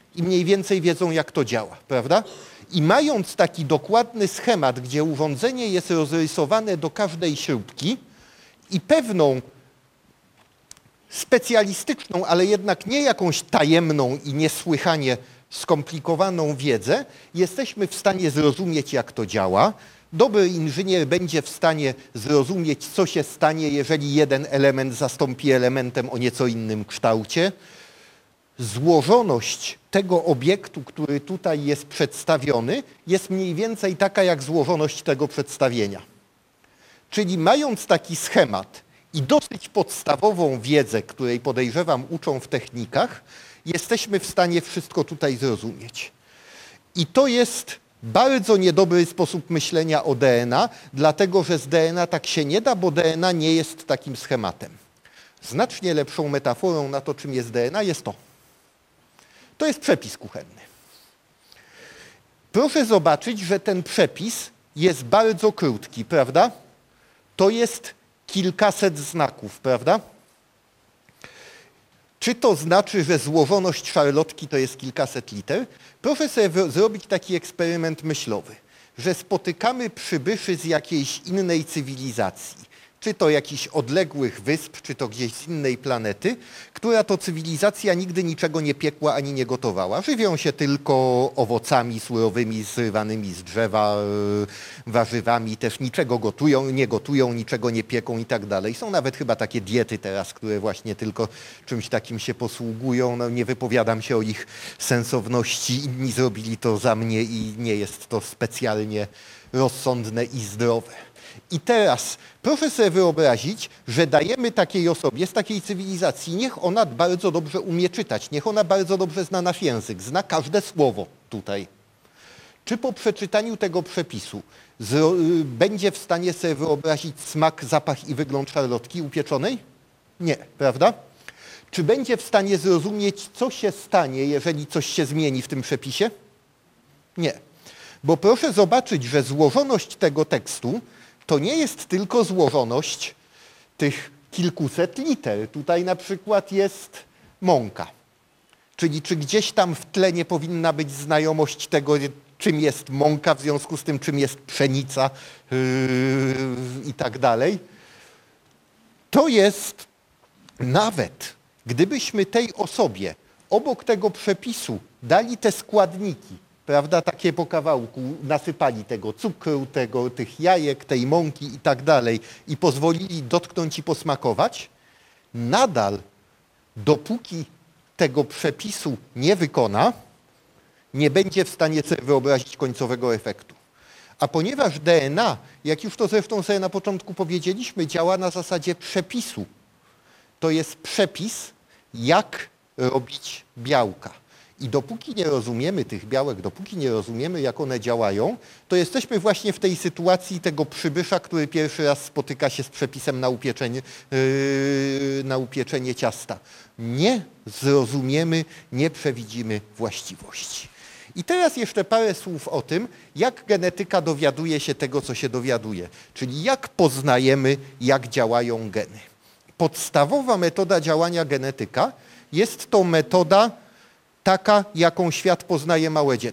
i mniej więcej wiedzą, jak to działa, prawda? I mając taki dokładny schemat, gdzie urządzenie jest rozrysowane do każdej śrubki i pewną specjalistyczną, ale jednak nie jakąś tajemną i niesłychanie skomplikowaną wiedzę, jesteśmy w stanie zrozumieć, jak to działa. Dobry inżynier będzie w stanie zrozumieć, co się stanie, jeżeli jeden element zastąpi elementem o nieco innym kształcie. Złożoność tego obiektu, który tutaj jest przedstawiony, jest mniej więcej taka jak złożoność tego przedstawienia. Czyli mając taki schemat i dosyć podstawową wiedzę, której podejrzewam uczą w technikach, jesteśmy w stanie wszystko tutaj zrozumieć. I to jest bardzo niedobry sposób myślenia o DNA, dlatego że z DNA tak się nie da, bo DNA nie jest takim schematem. Znacznie lepszą metaforą na to, czym jest DNA, jest to. To jest przepis kuchenny. Proszę zobaczyć, że ten przepis jest bardzo krótki, prawda? To jest kilkaset znaków, prawda? Czy to znaczy, że złożoność szarlotki to jest kilkaset liter? Proszę sobie zrobić taki eksperyment myślowy, że spotykamy przybyszy z jakiejś innej cywilizacji, czy to jakichś odległych wysp, czy to gdzieś z innej planety, która to cywilizacja nigdy niczego nie piekła ani nie gotowała. Żywią się tylko owocami surowymi, zrywanymi z drzewa, warzywami, też niczego nie gotują, niczego nie pieką i tak dalej. Są nawet chyba takie diety teraz, które właśnie tylko czymś takim się posługują. No, nie wypowiadam się o ich sensowności, inni zrobili to za mnie i nie jest to specjalnie rozsądne i zdrowe. I teraz proszę sobie wyobrazić, że dajemy takiej osobie z takiej cywilizacji, niech ona bardzo dobrze umie czytać, niech ona bardzo dobrze zna nasz język, zna każde słowo tutaj. Czy po przeczytaniu tego przepisu będzie w stanie sobie wyobrazić smak, zapach i wygląd szarlotki upieczonej? Nie, prawda? Czy będzie w stanie zrozumieć, co się stanie, jeżeli coś się zmieni w tym przepisie? Nie. Bo proszę zobaczyć, że złożoność tego tekstu to nie jest tylko złożoność tych kilkuset liter. Tutaj na przykład jest mąka. Czyli czy gdzieś tam w tle nie powinna być znajomość tego, czym jest mąka, w związku z tym, czym jest pszenica i tak dalej. To jest nawet, gdybyśmy tej osobie obok tego przepisu dali te składniki, prawda, takie po kawałku, nasypali tego cukru, tych jajek, tej mąki i tak dalej i pozwolili dotknąć i posmakować, nadal dopóki tego przepisu nie wykona, nie będzie w stanie sobie wyobrazić końcowego efektu. A ponieważ DNA, jak już to zresztą sobie na początku powiedzieliśmy, działa na zasadzie przepisu, to jest przepis, jak robić białka. I dopóki nie rozumiemy tych białek, dopóki nie rozumiemy, jak one działają, to jesteśmy właśnie w tej sytuacji tego przybysza, który pierwszy raz spotyka się z przepisem na upieczenie ciasta. Nie zrozumiemy, nie przewidzimy właściwości. I teraz jeszcze parę słów o tym, jak genetyka dowiaduje się tego, co się dowiaduje, czyli jak poznajemy, jak działają geny. Podstawowa metoda działania genetyka jest to metoda taka, jaką świat poznaje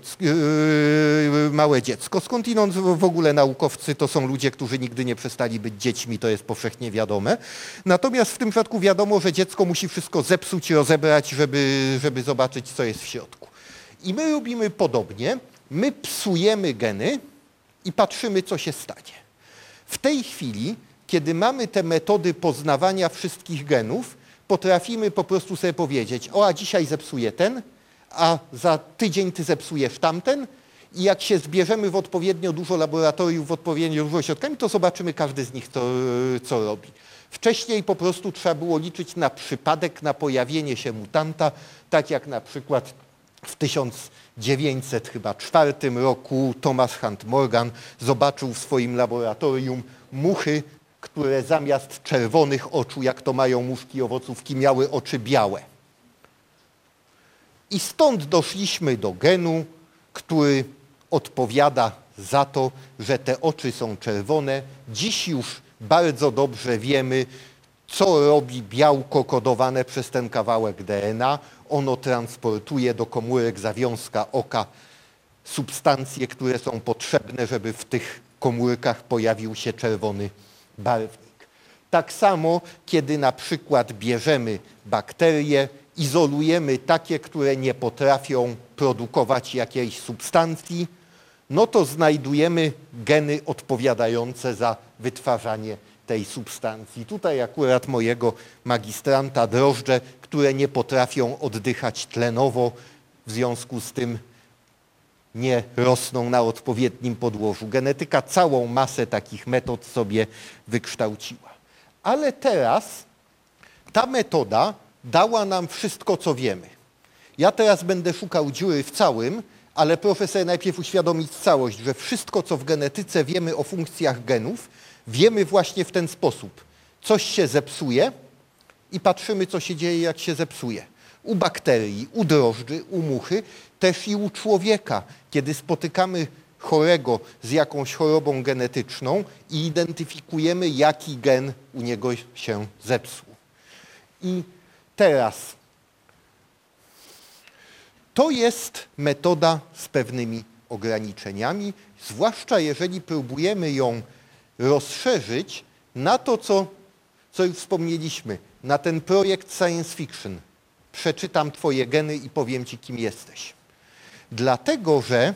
małe dziecko. Skądinąd w ogóle naukowcy to są ludzie, którzy nigdy nie przestali być dziećmi, to jest powszechnie wiadome. Natomiast w tym przypadku wiadomo, że dziecko musi wszystko zepsuć, rozebrać, żeby zobaczyć, co jest w środku. I my robimy podobnie, my psujemy geny i patrzymy, co się stanie. W tej chwili, kiedy mamy te metody poznawania wszystkich genów, potrafimy po prostu sobie powiedzieć, a dzisiaj zepsuję ten, a za tydzień ty zepsujesz tamten i jak się zbierzemy w odpowiednio dużo laboratoriów, w odpowiednio dużo środkami, to zobaczymy każdy z nich, co robi. Wcześniej po prostu trzeba było liczyć na przypadek, na się mutanta, tak jak na przykład w 1904 roku Thomas Hunt Morgan zobaczył w swoim laboratorium muchy, które zamiast czerwonych oczu, jak to mają muszki owocówki, miały oczy białe. I stąd doszliśmy do genu, który odpowiada za to, że te oczy są czerwone. Dziś już bardzo dobrze wiemy, co robi białko kodowane przez ten kawałek DNA. ono transportuje do komórek zawiązka oka substancje, które są potrzebne, żeby w tych komórkach pojawił się czerwony barwnik. Tak samo, kiedy na przykład bierzemy bakterie, izolujemy takie, które nie potrafią produkować jakiejś substancji, no to znajdujemy geny odpowiadające za wytwarzanie tej substancji. Tutaj akurat mojego magistranta drożdże, które nie potrafią oddychać tlenowo, w związku z tym nie rosną na odpowiednim podłożu. Genetyka całą masę takich metod sobie wykształciła. Ale teraz ta metoda dała nam wszystko, co wiemy. Ja teraz będę szukał dziury w całym, ale proszę sobie najpierw uświadomić całość, że wszystko, co w genetyce wiemy o funkcjach genów, wiemy właśnie w ten sposób. Coś się zepsuje i patrzymy, co się dzieje, jak się zepsuje. U bakterii, u drożdży, u muchy, też i u człowieka. Kiedy spotykamy chorego z jakąś chorobą genetyczną i identyfikujemy, jaki gen u niego się zepsuł. I teraz to jest metoda z pewnymi ograniczeniami, zwłaszcza jeżeli próbujemy ją rozszerzyć na to, co już wspomnieliśmy, na ten projekt science fiction. Przeczytam twoje geny i powiem ci, kim jesteś. Dlatego, że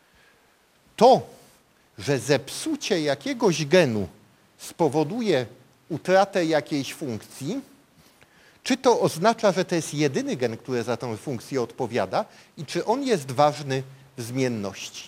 to, że zepsucie jakiegoś genu spowoduje utratę jakiejś funkcji, czy to oznacza, że to jest jedyny gen, który za tę funkcję odpowiada i czy on jest ważny w zmienności?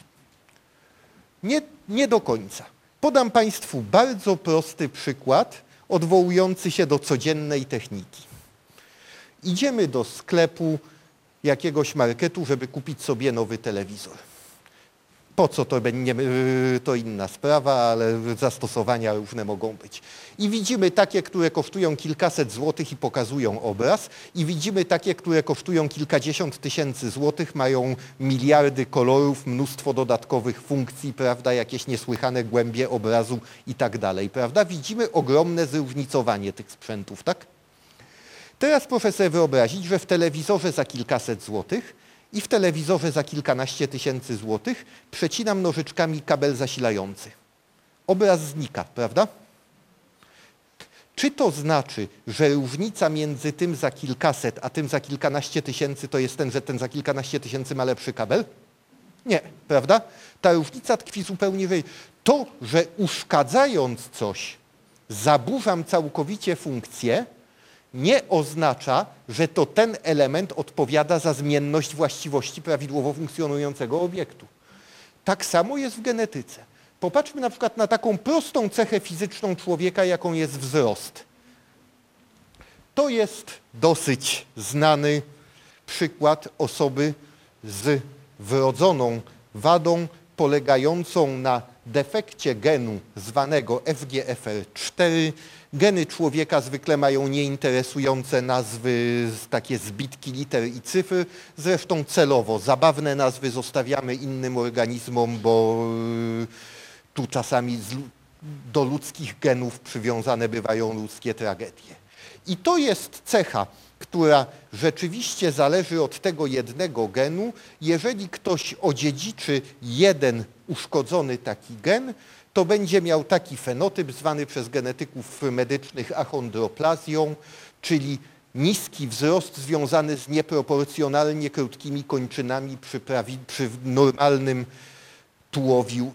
Nie do końca. Podam Państwu bardzo prosty przykład odwołujący się do codziennej techniki. Idziemy do sklepu jakiegoś marketu, żeby kupić sobie nowy telewizor. Po co to będzie, to inna sprawa, ale zastosowania różne mogą być. I widzimy takie, które kosztują kilkaset złotych i pokazują obraz, i widzimy takie, które kosztują kilkadziesiąt tysięcy złotych, mają miliardy kolorów, mnóstwo dodatkowych funkcji, prawda, jakieś niesłychane głębie obrazu i tak dalej, prawda. Widzimy ogromne zróżnicowanie tych sprzętów, tak? Teraz proszę sobie wyobrazić, że w telewizorze za kilkaset złotych i w telewizorze za kilkanaście tysięcy złotych przecinam nożyczkami kabel zasilający. Obraz znika, prawda? Czy to znaczy, że różnica między tym za kilkaset, a tym za kilkanaście tysięcy to jest ten, że ten za kilkanaście tysięcy ma lepszy kabel? Nie, prawda? Ta różnica tkwi zupełnie w... To, że uszkadzając coś, zaburzam całkowicie funkcję, nie oznacza, że to ten element odpowiada za zmienność właściwości prawidłowo funkcjonującego obiektu. Tak samo jest w genetyce. Popatrzmy na przykład na taką prostą cechę fizyczną człowieka, jaką jest wzrost. To jest dosyć znany przykład osoby z wrodzoną wadą polegającą na defekcie genu zwanego FGFR4. Geny człowieka zwykle mają nieinteresujące nazwy, takie zbitki liter i cyfr, zresztą celowo. Zabawne nazwy zostawiamy innym organizmom, bo tu czasami do ludzkich genów przywiązane bywają ludzkie tragedie. I to jest cecha, która rzeczywiście zależy od tego jednego genu. Jeżeli ktoś odziedziczy jeden uszkodzony taki gen, to będzie miał taki fenotyp zwany przez genetyków medycznych achondroplazją, czyli niski wzrost związany z nieproporcjonalnie krótkimi kończynami przy normalnym tułowiu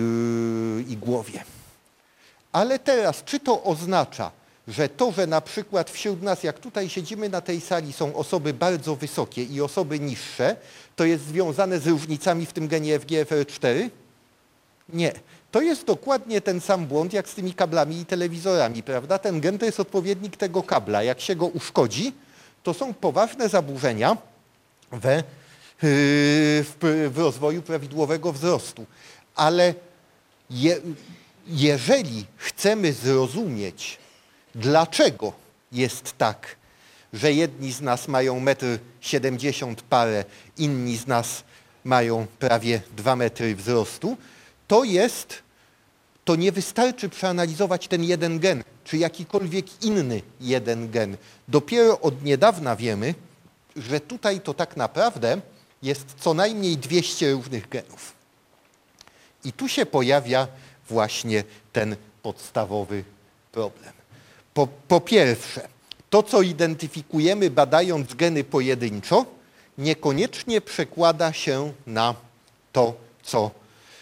i głowie. Ale teraz, czy to oznacza, że to, że na przykład wśród nas, jak tutaj siedzimy na tej sali, są osoby bardzo wysokie i osoby niższe, to jest związane z różnicami w tym genie FGFR4? Nie. To jest dokładnie ten sam błąd, jak z tymi kablami i telewizorami, prawda? Ten gen to jest odpowiednik tego kabla. Jak się go uszkodzi, to są poważne zaburzenia w rozwoju prawidłowego wzrostu. Ale jeżeli chcemy zrozumieć, dlaczego jest tak, że jedni z nas mają 1,70 m parę, inni z nas mają prawie 2 metry wzrostu, to nie wystarczy przeanalizować ten jeden gen, czy jakikolwiek inny jeden gen. Dopiero od niedawna wiemy, że tutaj to tak naprawdę jest co najmniej 200 różnych genów. I tu się pojawia właśnie ten podstawowy problem. Po pierwsze, to co identyfikujemy badając geny pojedynczo, niekoniecznie przekłada się na to, co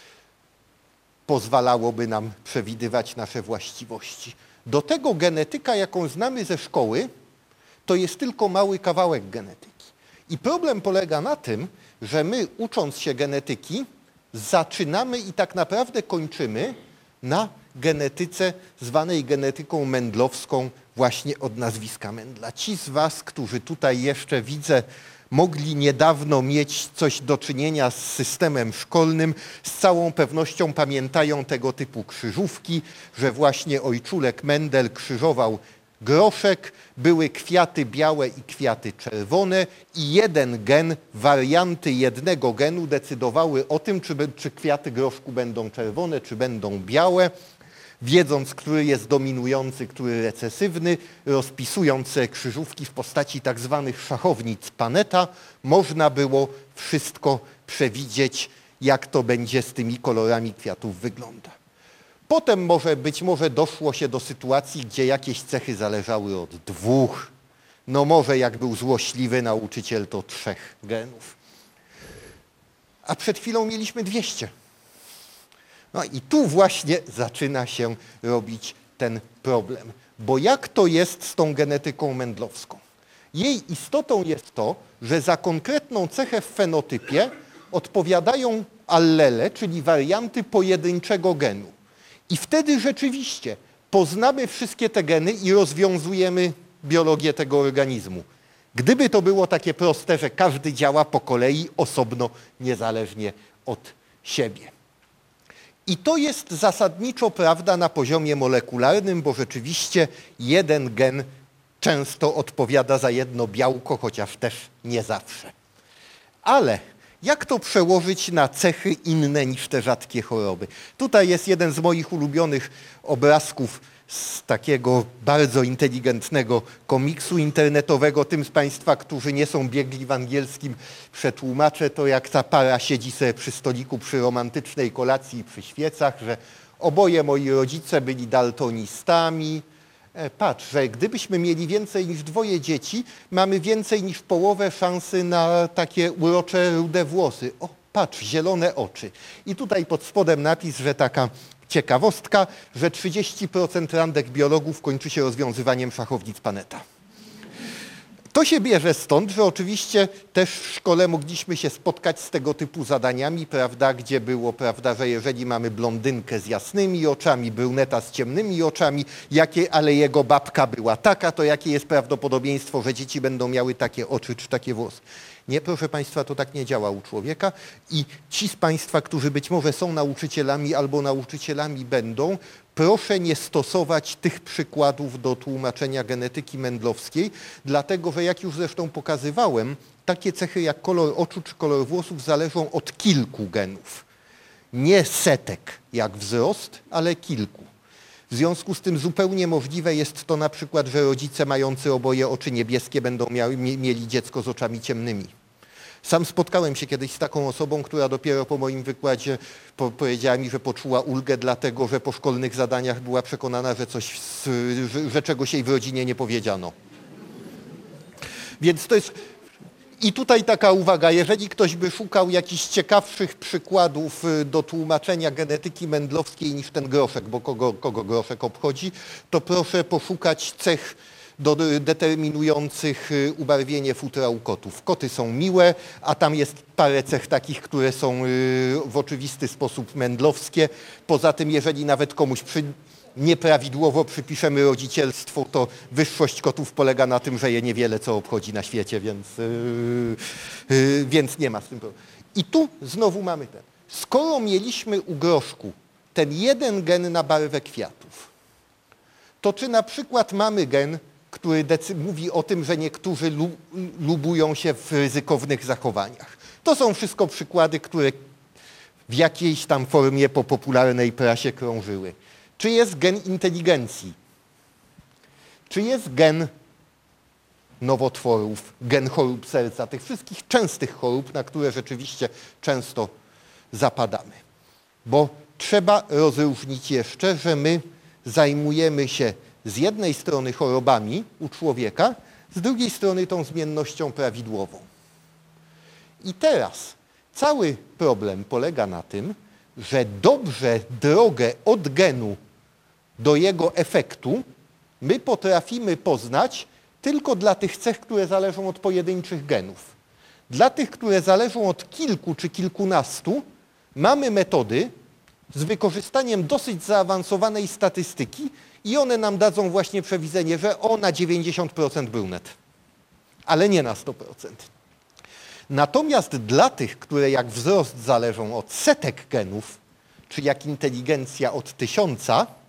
pozwalałoby nam przewidywać nasze właściwości. Do tego genetyka, jaką znamy ze szkoły, to jest tylko mały kawałek genetyki. I problem polega na tym, że my ucząc się genetyki zaczynamy i tak naprawdę kończymy na genetyce zwanej genetyką mendlowską właśnie od nazwiska Mendla. Ci z was, którzy tutaj jeszcze widzę, mogli niedawno mieć coś do czynienia z systemem szkolnym, z całą pewnością pamiętają tego typu krzyżówki, że właśnie ojczulek Mendel krzyżował groszek, były kwiaty białe i kwiaty czerwone i jeden gen, warianty jednego genu decydowały o tym, czy kwiaty groszku będą czerwone, czy będą białe. Wiedząc, który jest dominujący, który recesywny, rozpisując sobie krzyżówki w postaci tak zwanych szachownic Panetta, można było wszystko przewidzieć, jak to będzie z tymi kolorami kwiatów wygląda. Potem być może doszło się do sytuacji, gdzie jakieś cechy zależały od 2. No może jak był złośliwy nauczyciel, to 3 genów. A przed chwilą mieliśmy 200. No i tu właśnie zaczyna się robić ten problem. Bo jak to jest z tą genetyką mendlowską? Jej istotą jest to, że za konkretną cechę w fenotypie odpowiadają allele, czyli warianty pojedynczego genu. I wtedy rzeczywiście poznamy wszystkie te geny i rozwiązujemy biologię tego organizmu. Gdyby to było takie proste, że każdy działa po kolei, osobno, niezależnie od siebie. I to jest zasadniczo prawda na poziomie molekularnym, bo rzeczywiście jeden gen często odpowiada za jedno białko, chociaż też nie zawsze. Ale jak to przełożyć na cechy inne niż te rzadkie choroby? Tutaj jest jeden z moich ulubionych obrazków z takiego bardzo inteligentnego komiksu internetowego. Tym z Państwa, którzy nie są biegli w angielskim, przetłumaczę to, jak ta para siedzi sobie przy stoliku przy romantycznej kolacji i przy świecach, że oboje moi rodzice byli daltonistami. Patrz, że gdybyśmy mieli więcej niż 2 dzieci, mamy więcej niż połowę szansy na takie urocze rude włosy. O, patrz, zielone oczy. I tutaj pod spodem napis, że taka ciekawostka, że 30% randek biologów kończy się rozwiązywaniem szachownic Panetta. To się bierze stąd, że oczywiście też w szkole mogliśmy się spotkać z tego typu zadaniami, prawda, gdzie było, prawda, że jeżeli mamy blondynkę z jasnymi oczami, bruneta z ciemnymi oczami, ale jego babka była taka, to jakie jest prawdopodobieństwo, że dzieci będą miały takie oczy czy takie włosy. Nie, proszę Państwa, to tak nie działa u człowieka i ci z Państwa, którzy być może są nauczycielami albo nauczycielami będą, proszę nie stosować tych przykładów do tłumaczenia genetyki mendlowskiej, dlatego że jak już zresztą pokazywałem, takie cechy jak kolor oczu czy kolor włosów zależą od kilku genów. Nie setek jak wzrost, ale kilku. W związku z tym zupełnie możliwe jest to na przykład, że rodzice mający oboje oczy niebieskie będą mieli dziecko z oczami ciemnymi. Sam spotkałem się kiedyś z taką osobą, która dopiero po moim wykładzie powiedziała mi, że poczuła ulgę, dlatego że po szkolnych zadaniach była przekonana, że czegoś jej w rodzinie nie powiedziano. Więc to jest... I tutaj taka uwaga, jeżeli ktoś by szukał jakichś ciekawszych przykładów do tłumaczenia genetyki mendlowskiej niż ten groszek, bo kogo groszek obchodzi, to proszę poszukać cech determinujących ubarwienie futra u kotów. Koty są miłe, a tam jest parę cech takich, które są w oczywisty sposób mendlowskie. Poza tym, jeżeli nawet komuś nieprawidłowo przypiszemy rodzicielstwo, to wyższość kotów polega na tym, że je niewiele co obchodzi na świecie, więc nie ma z tym problemu. I tu znowu mamy ten. Skoro mieliśmy u groszku ten jeden gen na barwę kwiatów, to czy na przykład mamy gen, który mówi o tym, że niektórzy lubują się w ryzykownych zachowaniach? To są wszystko przykłady, które w jakiejś tam formie po popularnej prasie krążyły. Czy jest gen inteligencji? Czy jest gen nowotworów, gen chorób serca, tych wszystkich częstych chorób, na które rzeczywiście często zapadamy. Bo trzeba rozróżnić jeszcze, że my zajmujemy się z jednej strony chorobami u człowieka, z drugiej strony tą zmiennością prawidłową. I teraz cały problem polega na tym, że dobrze drogę od genu do jego efektu my potrafimy poznać tylko dla tych cech, które zależą od pojedynczych genów. Dla tych, które zależą od kilku czy kilkunastu, mamy metody z wykorzystaniem dosyć zaawansowanej statystyki i one nam dadzą właśnie przewidzenie, że na 90% brunet, ale nie na 100%. Natomiast dla tych, które jak wzrost zależą od setek genów, czy jak inteligencja od 1000,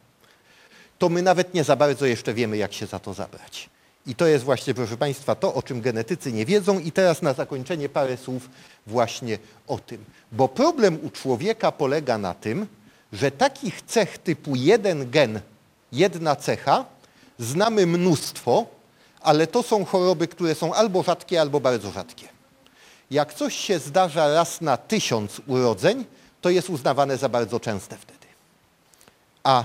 to my nawet nie za bardzo jeszcze wiemy, jak się za to zabrać. I to jest właśnie, proszę Państwa, to, o czym genetycy nie wiedzą. I teraz na zakończenie parę słów właśnie o tym. Bo problem u człowieka polega na tym, że takich cech typu jeden gen, jedna cecha znamy mnóstwo, ale to są choroby, które są albo rzadkie, albo bardzo rzadkie. Jak coś się zdarza raz na 1000 urodzeń, to jest uznawane za bardzo częste wtedy. A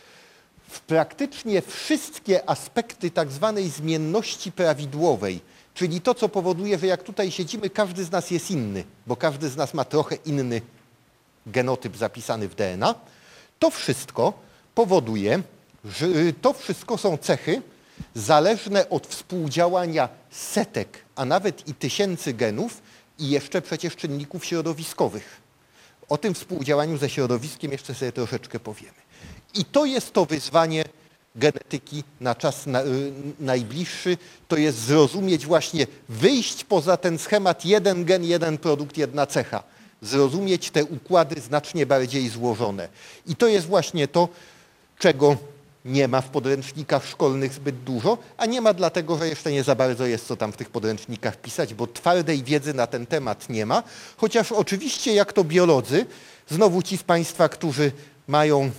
w praktycznie wszystkie aspekty tak zwanej zmienności prawidłowej, czyli to, co powoduje, że jak tutaj siedzimy, każdy z nas jest inny, bo każdy z nas ma trochę inny genotyp zapisany w DNA, to wszystko powoduje, że to wszystko są cechy zależne od współdziałania setek, a nawet i tysięcy genów i jeszcze przecież czynników środowiskowych. O tym współdziałaniu ze środowiskiem jeszcze sobie troszeczkę powiemy. I to jest to wyzwanie genetyki na czas najbliższy, to jest zrozumieć właśnie, wyjść poza ten schemat jeden gen, jeden produkt, jedna cecha. Zrozumieć te układy znacznie bardziej złożone. I to jest właśnie to, czego nie ma w podręcznikach szkolnych zbyt dużo, a nie ma dlatego, że jeszcze nie za bardzo jest co tam w tych podręcznikach pisać, bo twardej wiedzy na ten temat nie ma. Chociaż oczywiście jak to biolodzy, znowu ci z Państwa, którzy mają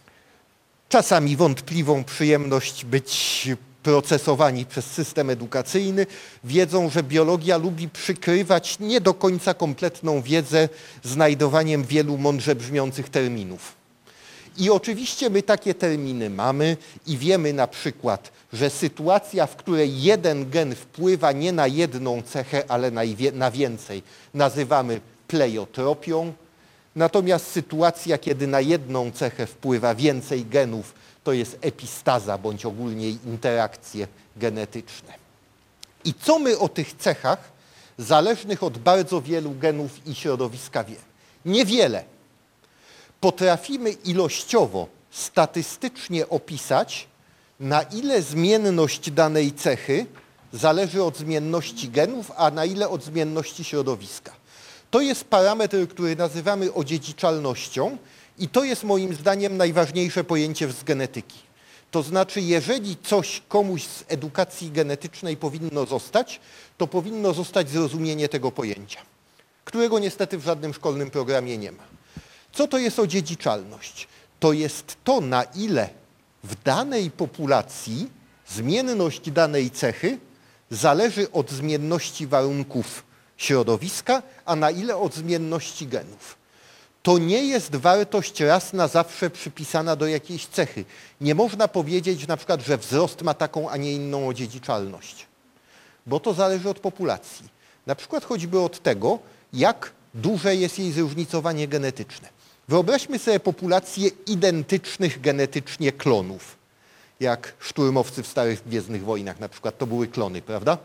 czasami wątpliwą przyjemność być procesowani przez system edukacyjny, wiedzą, że biologia lubi przykrywać nie do końca kompletną wiedzę znajdowaniem wielu mądrze brzmiących terminów. I oczywiście my takie terminy mamy i wiemy na przykład, że sytuacja, w której jeden gen wpływa nie na jedną cechę, ale na więcej, nazywamy pleiotropią. Natomiast sytuacja, kiedy na jedną cechę wpływa więcej genów, to jest epistaza bądź ogólnie interakcje genetyczne. I co my o tych cechach zależnych od bardzo wielu genów i środowiska wiemy? Niewiele. Potrafimy ilościowo, statystycznie opisać, na ile zmienność danej cechy zależy od zmienności genów, a na ile od zmienności środowiska. To jest parametr, który nazywamy odziedziczalnością i to jest moim zdaniem najważniejsze pojęcie z genetyki. To znaczy, jeżeli coś komuś z edukacji genetycznej powinno zostać, to powinno zostać zrozumienie tego pojęcia, którego niestety w żadnym szkolnym programie nie ma. Co to jest odziedziczalność? To jest to, na ile w danej populacji zmienność danej cechy zależy od zmienności warunków środowiska, a na ile od zmienności genów. To nie jest wartość raz na zawsze przypisana do jakiejś cechy. Nie można powiedzieć na przykład, że wzrost ma taką, a nie inną odziedziczalność, bo to zależy od populacji. Na przykład choćby od tego, jak duże jest jej zróżnicowanie genetyczne. Wyobraźmy sobie populację identycznych genetycznie klonów, jak szturmowcy w starych Gwiezdnych Wojnach na przykład, to były klony, prawda?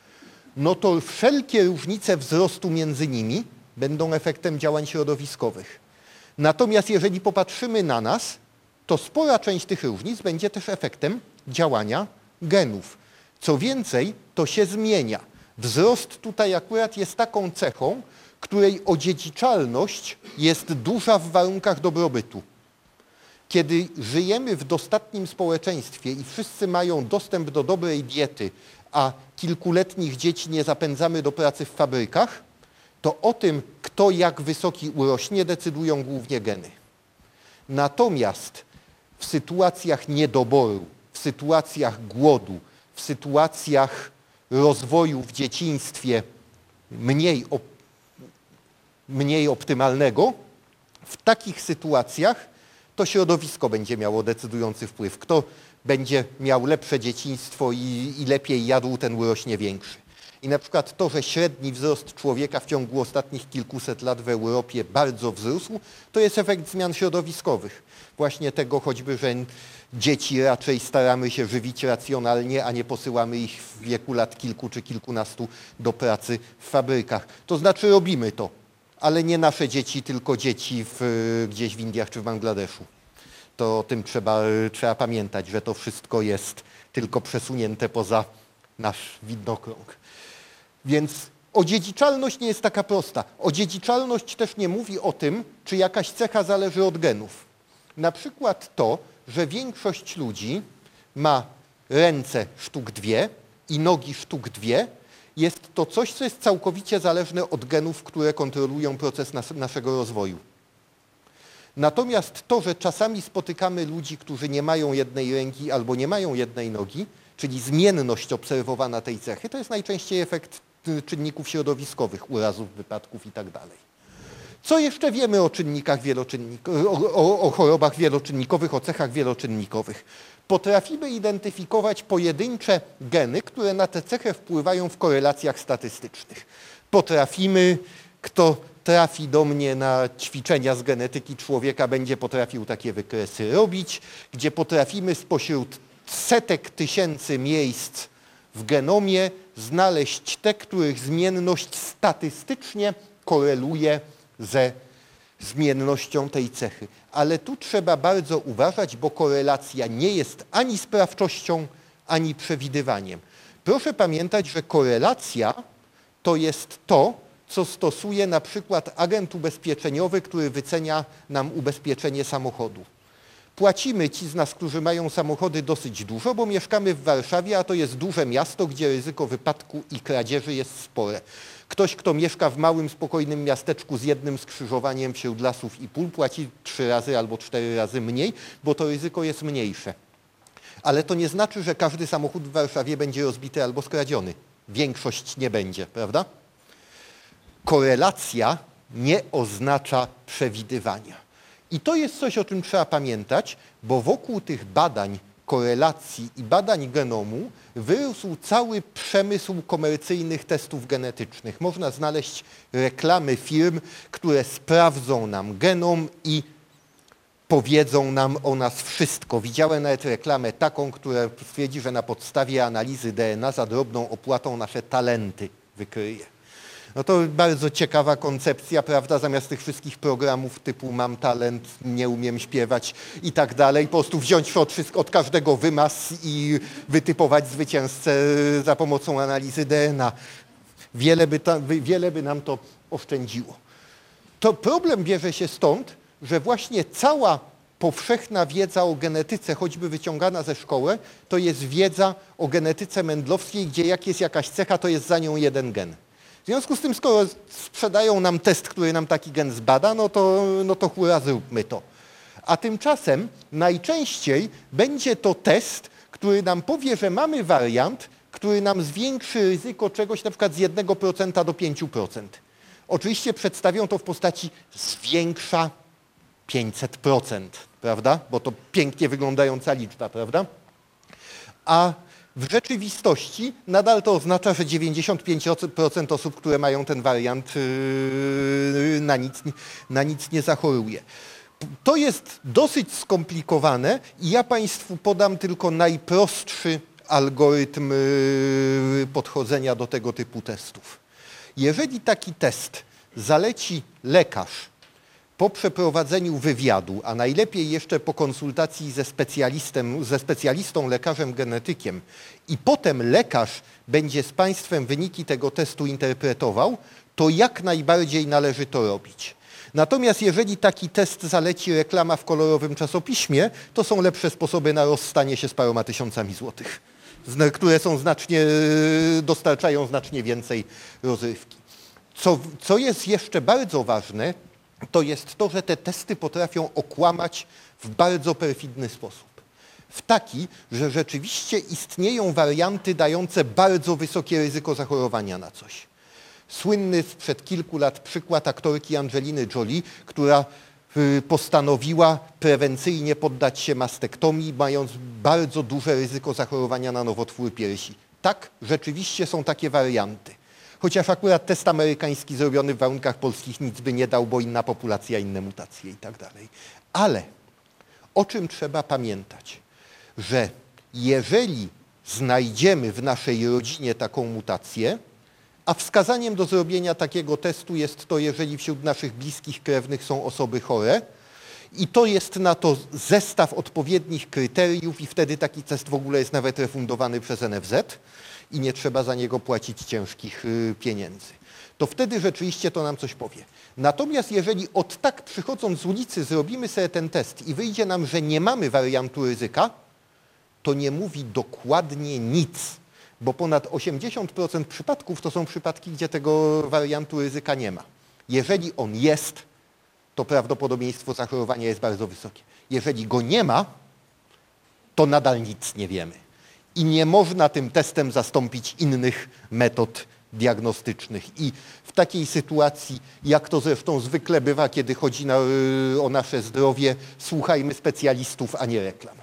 No to wszelkie różnice wzrostu między nimi będą efektem działań środowiskowych. Natomiast jeżeli popatrzymy na nas, to spora część tych różnic będzie też efektem działania genów. Co więcej, to się zmienia. Wzrost tutaj akurat jest taką cechą, której odziedziczalność jest duża w warunkach dobrobytu. Kiedy żyjemy w dostatnim społeczeństwie i wszyscy mają dostęp do dobrej diety, a kilkuletnich dzieci nie zapędzamy do pracy w fabrykach, to o tym, kto jak wysoki urośnie, decydują głównie geny. Natomiast w sytuacjach niedoboru, w sytuacjach głodu, w sytuacjach rozwoju w dzieciństwie mniej optymalnego, w takich sytuacjach to środowisko będzie miało decydujący wpływ. Kto będzie miał lepsze dzieciństwo i lepiej jadł, ten urośnie większy. I na przykład to, że średni wzrost człowieka w ciągu ostatnich kilkuset lat w Europie bardzo wzrósł, to jest efekt zmian środowiskowych. Właśnie tego choćby, że dzieci raczej staramy się żywić racjonalnie, a nie posyłamy ich w wieku lat kilku czy kilkunastu do pracy w fabrykach. To znaczy robimy to, ale nie nasze dzieci, tylko dzieci gdzieś w Indiach czy w Bangladeszu. To o tym trzeba pamiętać, że to wszystko jest tylko przesunięte poza nasz widnokrąg. Więc odziedziczalność nie jest taka prosta. Odziedziczalność też nie mówi o tym, czy jakaś cecha zależy od genów. Na przykład to, że większość ludzi ma ręce sztuk 2 i nogi sztuk 2, jest to coś, co jest całkowicie zależne od genów, które kontrolują proces naszego rozwoju. Natomiast to, że czasami spotykamy ludzi, którzy nie mają jednej ręki albo nie mają jednej nogi, czyli zmienność obserwowana tej cechy, to jest najczęściej efekt czynników środowiskowych, urazów, wypadków itd. Co jeszcze wiemy o czynnikach o chorobach wieloczynnikowych, o cechach wieloczynnikowych? Potrafimy identyfikować pojedyncze geny, które na tę cechę wpływają w korelacjach statystycznych. Kto trafi do mnie na ćwiczenia z genetyki człowieka, będzie potrafił takie wykresy robić, gdzie potrafimy spośród setek tysięcy miejsc w genomie znaleźć te, których zmienność statystycznie koreluje ze zmiennością tej cechy. Ale tu trzeba bardzo uważać, bo korelacja nie jest ani sprawczością, ani przewidywaniem. Proszę pamiętać, że korelacja to jest to, co stosuje na przykład agent ubezpieczeniowy, który wycenia nam ubezpieczenie samochodu. Płacimy ci z nas, którzy mają samochody, dosyć dużo, bo mieszkamy w Warszawie, a to jest duże miasto, gdzie ryzyko wypadku i kradzieży jest spore. Ktoś, kto mieszka w małym, spokojnym miasteczku z jednym skrzyżowaniem wśród lasów i pól, płaci 3 razy albo 4 razy mniej, bo to ryzyko jest mniejsze. Ale to nie znaczy, że każdy samochód w Warszawie będzie rozbity albo skradziony. Większość nie będzie, prawda? Korelacja nie oznacza przewidywania. I to jest coś, o czym trzeba pamiętać, bo wokół tych badań korelacji i badań genomu wyrósł cały przemysł komercyjnych testów genetycznych. Można znaleźć reklamy firm, które sprawdzą nam genom i powiedzą nam o nas wszystko. Widziałem nawet reklamę taką, która stwierdzi, że na podstawie analizy DNA za drobną opłatą nasze talenty wykryje. No to bardzo ciekawa koncepcja, prawda? Zamiast tych wszystkich programów typu mam talent, nie umiem śpiewać i tak dalej, po prostu wziąć od każdego wymaz i wytypować zwycięzcę za pomocą analizy DNA. Wiele by nam to oszczędziło. To problem bierze się stąd, że właśnie cała powszechna wiedza o genetyce, choćby wyciągana ze szkoły, to jest wiedza o genetyce mendlowskiej, gdzie jak jest jakaś cecha, to jest za nią jeden gen. W związku z tym, skoro sprzedają nam test, który nam taki gen zbada, no to hura, zróbmy to. A tymczasem najczęściej będzie to test, który nam powie, że mamy wariant, który nam zwiększy ryzyko czegoś na przykład z 1% do 5%. Oczywiście przedstawią to w postaci zwiększa 500%, prawda? Bo to pięknie wyglądająca liczba, prawda? A w rzeczywistości nadal to oznacza, że 95% osób, które mają ten wariant, na nic nie zachoruje. To jest dosyć skomplikowane i ja Państwu podam tylko najprostszy algorytm podchodzenia do tego typu testów. Jeżeli taki test zaleci lekarz po przeprowadzeniu wywiadu, a najlepiej jeszcze po konsultacji ze specjalistą, lekarzem genetykiem i potem lekarz będzie z Państwem wyniki tego testu interpretował, to jak najbardziej należy to robić. Natomiast jeżeli taki test zaleci reklama w kolorowym czasopiśmie, to są lepsze sposoby na rozstanie się z paroma tysiącami złotych, które dostarczają znacznie więcej rozrywki. Co jest jeszcze bardzo ważne, to jest to, że te testy potrafią okłamać w bardzo perfidny sposób. w taki, że rzeczywiście istnieją warianty dające bardzo wysokie ryzyko zachorowania na coś. Słynny sprzed kilku lat przykład aktorki Angeliny Jolie, która postanowiła prewencyjnie poddać się mastektomii, mając bardzo duże ryzyko zachorowania na nowotwór piersi. Tak, rzeczywiście są takie warianty. Chociaż akurat test amerykański zrobiony w warunkach polskich nic by nie dał, bo inna populacja, inne mutacje i tak dalej. Ale o czym trzeba pamiętać? Że jeżeli znajdziemy w naszej rodzinie taką mutację, a wskazaniem do zrobienia takiego testu jest to, jeżeli wśród naszych bliskich krewnych są osoby chore, i to jest na to zestaw odpowiednich kryteriów i wtedy taki test w ogóle jest nawet refundowany przez NFZ i nie trzeba za niego płacić ciężkich pieniędzy. To wtedy rzeczywiście to nam coś powie. Natomiast jeżeli od tak przychodząc z ulicy zrobimy sobie ten test i wyjdzie nam, że nie mamy wariantu ryzyka, to nie mówi dokładnie nic, bo ponad 80% przypadków to są przypadki, gdzie tego wariantu ryzyka nie ma. Jeżeli on jest, to prawdopodobieństwo zachorowania jest bardzo wysokie. Jeżeli go nie ma, to nadal nic nie wiemy. I nie można tym testem zastąpić innych metod diagnostycznych. I w takiej sytuacji, jak to zresztą zwykle bywa, kiedy chodzi o nasze zdrowie, słuchajmy specjalistów, a nie reklam.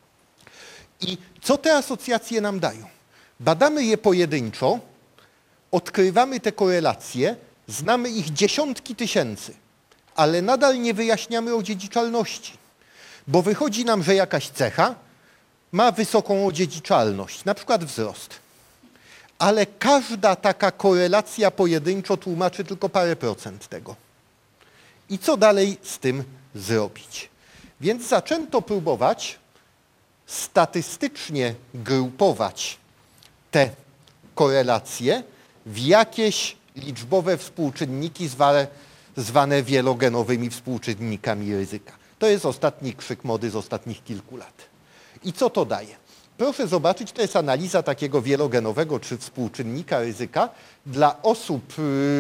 I co te asocjacje nam dają? Badamy je pojedynczo, odkrywamy te korelacje, znamy ich dziesiątki tysięcy, ale nadal nie wyjaśniamy odziedziczalności, bo wychodzi nam, że jakaś cecha ma wysoką odziedziczalność, na przykład wzrost. Ale każda taka korelacja pojedynczo tłumaczy tylko parę procent tego. I co dalej z tym zrobić? Więc zaczęto próbować statystycznie grupować te korelacje w jakieś liczbowe współczynniki zwane wielogenowymi współczynnikami ryzyka. To jest ostatni krzyk mody z ostatnich kilku lat. I co to daje? Proszę zobaczyć, to jest analiza takiego wielogenowego czy współczynnika ryzyka dla osób,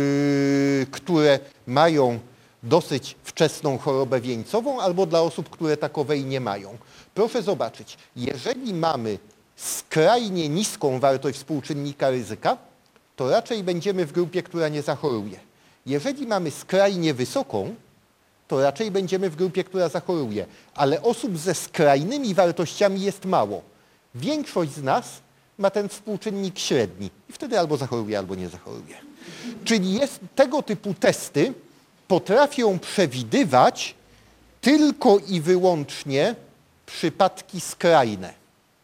które mają dosyć wczesną chorobę wieńcową albo dla osób, które takowej nie mają. Proszę zobaczyć, jeżeli mamy skrajnie niską wartość współczynnika ryzyka, to raczej będziemy w grupie, która nie zachoruje. Jeżeli mamy skrajnie wysoką, to raczej będziemy w grupie, która zachoruje. Ale osób ze skrajnymi wartościami jest mało. Większość z nas ma ten współczynnik średni i wtedy albo zachoruje, albo nie zachoruje. Czyli tego typu testy potrafią przewidywać tylko i wyłącznie przypadki skrajne.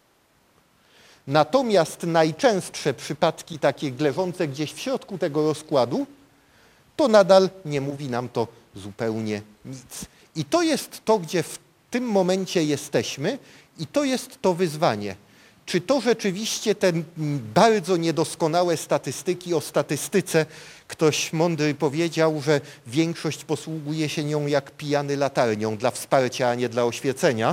Natomiast najczęstsze przypadki takie leżące gdzieś w środku tego rozkładu, to nadal nie mówi nam to zupełnie nic. I to jest to, gdzie w tym momencie jesteśmy i to jest to wyzwanie. Czy to rzeczywiście te bardzo niedoskonałe statystyki o statystyce, ktoś mądry powiedział, że większość posługuje się nią jak pijany latarnią dla wsparcia, a nie dla oświecenia.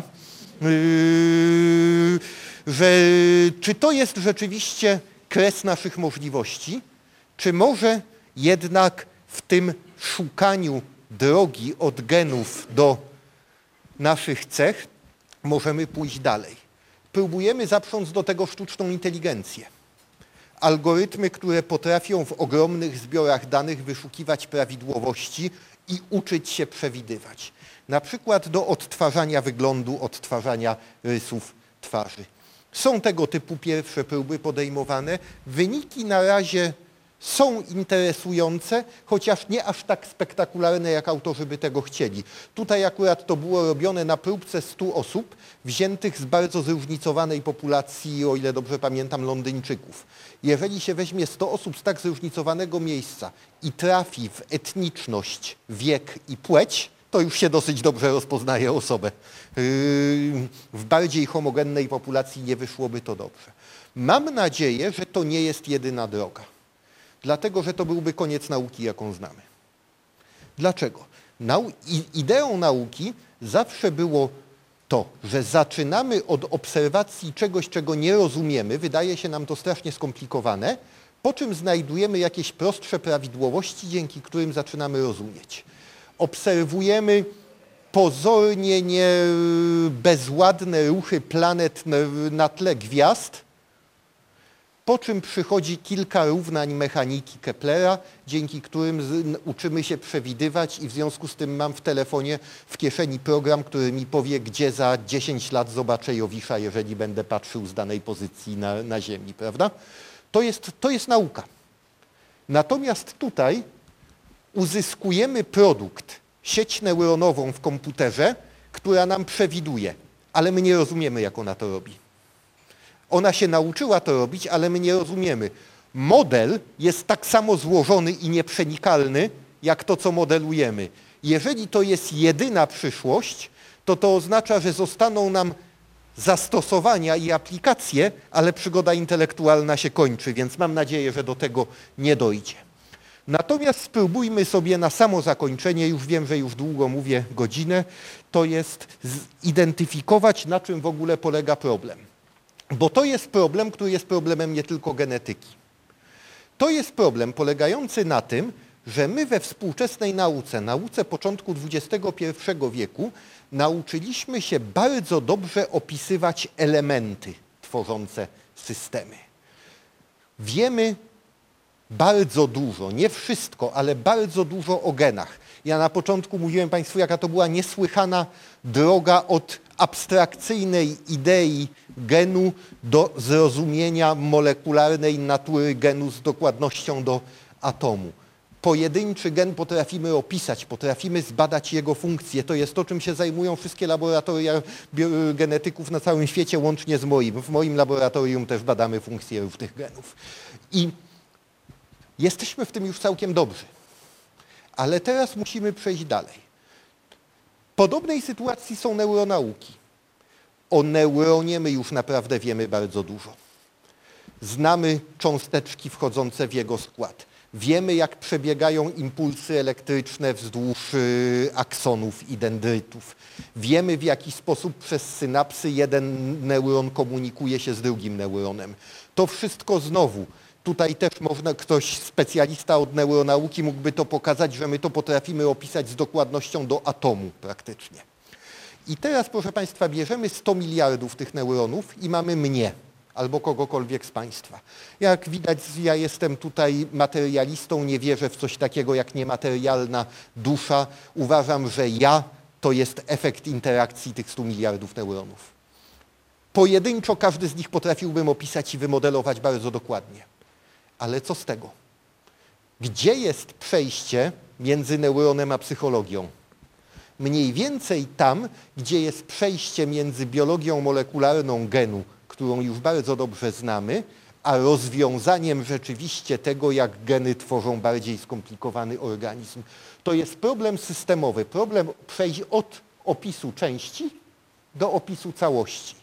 Czy to jest rzeczywiście kres naszych możliwości, czy może jednak w tym szukaniu drogi od genów do naszych cech możemy pójść dalej. Próbujemy zaprząc do tego sztuczną inteligencję. Algorytmy, które potrafią w ogromnych zbiorach danych wyszukiwać prawidłowości i uczyć się przewidywać. Na przykład do odtwarzania wyglądu, odtwarzania rysów twarzy. Są tego typu pierwsze próby podejmowane. Wyniki na razie są interesujące, chociaż nie aż tak spektakularne, jak autorzy by tego chcieli. Tutaj akurat to było robione na próbce 100 osób, wziętych z bardzo zróżnicowanej populacji, o ile dobrze pamiętam, Londyńczyków. Jeżeli się weźmie 100 osób z tak zróżnicowanego miejsca i trafi w etniczność, wiek i płeć, to już się dosyć dobrze rozpoznaje osobę. W bardziej homogennej populacji nie wyszłoby to dobrze. Mam nadzieję, że to nie jest jedyna droga. Dlatego, że to byłby koniec nauki, jaką znamy. Dlaczego? Ideą nauki zawsze było to, że zaczynamy od obserwacji czegoś, czego nie rozumiemy, wydaje się nam to strasznie skomplikowane, po czym znajdujemy jakieś prostsze prawidłowości, dzięki którym zaczynamy rozumieć. Obserwujemy pozornie nie bezładne ruchy planet na tle gwiazd, po czym przychodzi kilka równań mechaniki Keplera, dzięki którym uczymy się przewidywać i w związku z tym mam w telefonie, w kieszeni program, który mi powie, gdzie za 10 lat zobaczę Jowisza, jeżeli będę patrzył z danej pozycji na Ziemi, prawda? To jest nauka. Natomiast tutaj uzyskujemy produkt, sieć neuronową w komputerze, która nam przewiduje, ale my nie rozumiemy, jak ona to robi. Ona się nauczyła to robić, ale my nie rozumiemy. Model jest tak samo złożony i nieprzenikalny, jak to, co modelujemy. Jeżeli to jest jedyna przyszłość, to oznacza, że zostaną nam zastosowania i aplikacje, ale przygoda intelektualna się kończy, więc mam nadzieję, że do tego nie dojdzie. Natomiast spróbujmy sobie na samo zakończenie, już wiem, że już długo mówię, godzinę, to jest zidentyfikować, na czym w ogóle polega problem. Bo to jest problem, który jest problemem nie tylko genetyki. To jest problem polegający na tym, że my we współczesnej nauce początku XXI wieku, nauczyliśmy się bardzo dobrze opisywać elementy tworzące systemy. Wiemy bardzo dużo, nie wszystko, ale bardzo dużo o genach. Ja na początku mówiłem Państwu, jaka to była niesłychana droga od abstrakcyjnej idei genu do zrozumienia molekularnej natury genu z dokładnością do atomu. Pojedynczy gen potrafimy opisać, potrafimy zbadać jego funkcję. To jest to, czym się zajmują wszystkie laboratoria genetyków na całym świecie, łącznie z moim. W moim laboratorium też badamy funkcje różnych genów. I jesteśmy w tym już całkiem dobrzy. Ale teraz musimy przejść dalej. W podobnej sytuacji są neuronauki. O neuronie my już naprawdę wiemy bardzo dużo. Znamy cząsteczki wchodzące w jego skład. Wiemy, jak przebiegają impulsy elektryczne wzdłuż aksonów i dendrytów. Wiemy, w jaki sposób przez synapsy jeden neuron komunikuje się z drugim neuronem. To wszystko znowu. Tutaj też można, ktoś specjalista od neuronauki mógłby to pokazać, że my to potrafimy opisać z dokładnością do atomu praktycznie. I teraz, proszę Państwa, bierzemy 100 miliardów tych neuronów i mamy mnie albo kogokolwiek z Państwa. Jak widać, ja jestem tutaj materialistą, nie wierzę w coś takiego jak niematerialna dusza. Uważam, że ja to jest efekt interakcji tych 100 miliardów neuronów. Pojedynczo każdy z nich potrafiłbym opisać i wymodelować bardzo dokładnie. Ale co z tego? Gdzie jest przejście między neuronem a psychologią? Mniej więcej tam, gdzie jest przejście między biologią molekularną genu, którą już bardzo dobrze znamy, a rozwiązaniem rzeczywiście tego, jak geny tworzą bardziej skomplikowany organizm. To jest problem systemowy, problem przejść od opisu części do opisu całości.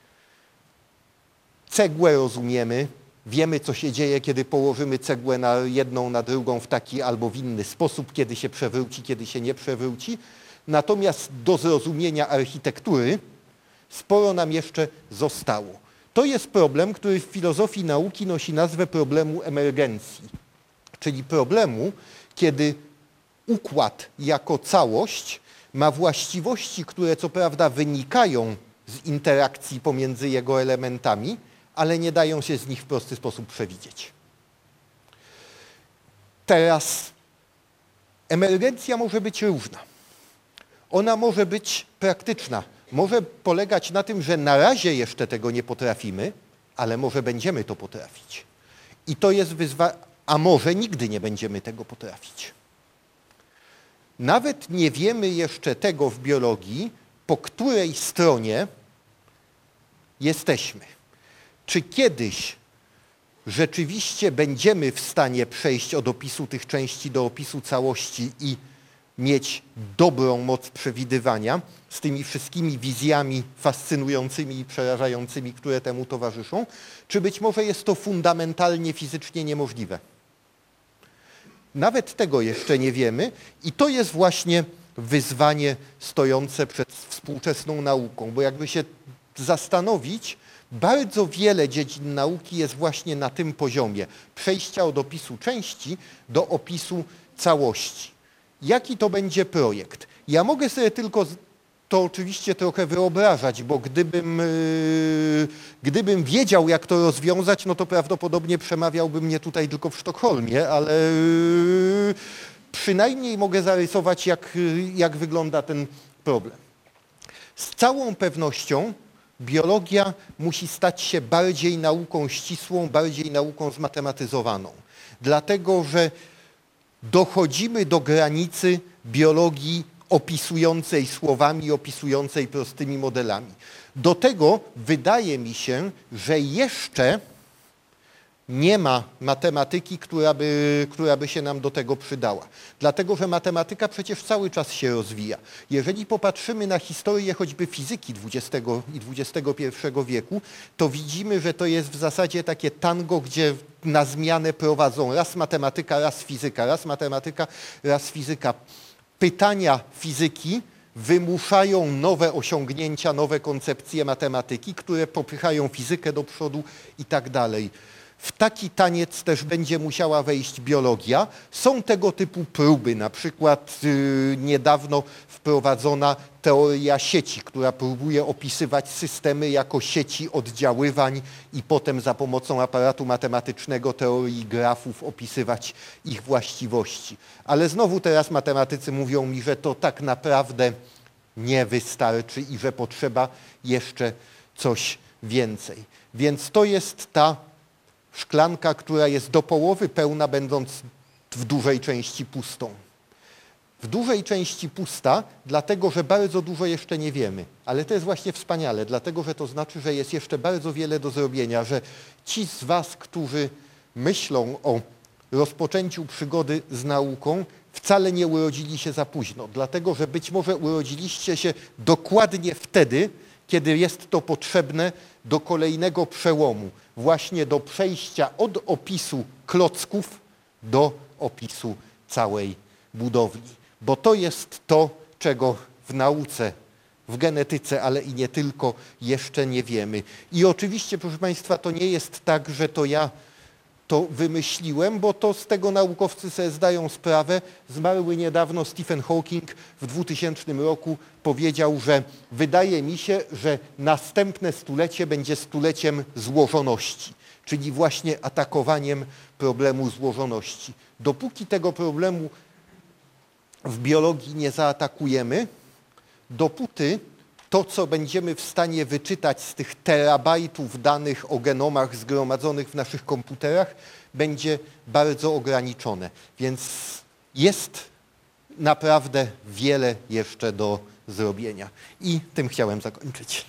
Cegłę rozumiemy, wiemy, co się dzieje, kiedy położymy cegłę na jedną na drugą w taki albo w inny sposób, kiedy się przewróci, kiedy się nie przewróci. Natomiast do zrozumienia architektury sporo nam jeszcze zostało. To jest problem, który w filozofii nauki nosi nazwę problemu emergencji, czyli problemu, kiedy układ jako całość ma właściwości, które co prawda wynikają z interakcji pomiędzy jego elementami, ale nie dają się z nich w prosty sposób przewidzieć. Teraz emergencja może być różna. Ona może być praktyczna. Może polegać na tym, że na razie jeszcze tego nie potrafimy, ale może będziemy to potrafić. I to jest wyzwanie, a może nigdy nie będziemy tego potrafić. Nawet nie wiemy jeszcze tego w biologii, po której stronie jesteśmy. Czy kiedyś rzeczywiście będziemy w stanie przejść od opisu tych części do opisu całości i mieć dobrą moc przewidywania z tymi wszystkimi wizjami fascynującymi i przerażającymi, które temu towarzyszą, czy być może jest to fundamentalnie fizycznie niemożliwe. Nawet tego jeszcze nie wiemy i to jest właśnie wyzwanie stojące przed współczesną nauką, bo jakby się zastanowić, bardzo wiele dziedzin nauki jest właśnie na tym poziomie przejścia od opisu części do opisu całości. Jaki to będzie projekt? Ja mogę sobie tylko to oczywiście trochę wyobrażać, bo gdybym wiedział, jak to rozwiązać, no to prawdopodobnie przemawiałbym mnie tutaj tylko w Sztokholmie, ale przynajmniej mogę zarysować, jak wygląda ten problem. Z całą pewnością biologia musi stać się bardziej nauką ścisłą, bardziej nauką zmatematyzowaną, dlatego że dochodzimy do granicy biologii opisującej słowami, opisującej prostymi modelami. Do tego wydaje mi się, że jeszcze nie ma matematyki, która by się nam do tego przydała. Dlatego, że matematyka przecież cały czas się rozwija. Jeżeli popatrzymy na historię choćby fizyki XX i XXI wieku, to widzimy, że to jest w zasadzie takie tango, gdzie na zmianę prowadzą raz matematyka, raz fizyka, raz matematyka, raz fizyka. Pytania fizyki wymuszają nowe osiągnięcia, nowe koncepcje matematyki, które popychają fizykę do przodu i tak dalej. W taki taniec też będzie musiała wejść biologia. Są tego typu próby, na przykład niedawno wprowadzona teoria sieci, która próbuje opisywać systemy jako sieci oddziaływań i potem za pomocą aparatu matematycznego teorii grafów opisywać ich właściwości. Ale znowu teraz matematycy mówią mi, że to tak naprawdę nie wystarczy i że potrzeba jeszcze coś więcej. Więc to jest ta szklanka, która jest do połowy pełna, będąc w dużej części pustą. W dużej części pusta, dlatego że bardzo dużo jeszcze nie wiemy. Ale to jest właśnie wspaniale, dlatego że to znaczy, że jest jeszcze bardzo wiele do zrobienia, że ci z was, którzy myślą o rozpoczęciu przygody z nauką, wcale nie urodzili się za późno, dlatego że być może urodziliście się dokładnie wtedy, kiedy jest to potrzebne do kolejnego przełomu, właśnie do przejścia od opisu klocków do opisu całej budowli. Bo to jest to, czego w nauce, w genetyce, ale i nie tylko, jeszcze nie wiemy. I oczywiście, proszę Państwa, to nie jest tak, że to ja to wymyśliłem, bo to z tego naukowcy sobie zdają sprawę. Zmarły niedawno Stephen Hawking w 2000 roku powiedział, że wydaje mi się, że następne stulecie będzie stuleciem złożoności, czyli właśnie atakowaniem problemu złożoności. Dopóki tego problemu w biologii nie zaatakujemy, dopóty to, co będziemy w stanie wyczytać z tych terabajtów danych o genomach zgromadzonych w naszych komputerach, będzie bardzo ograniczone. Więc jest naprawdę wiele jeszcze do zrobienia. I tym chciałem zakończyć.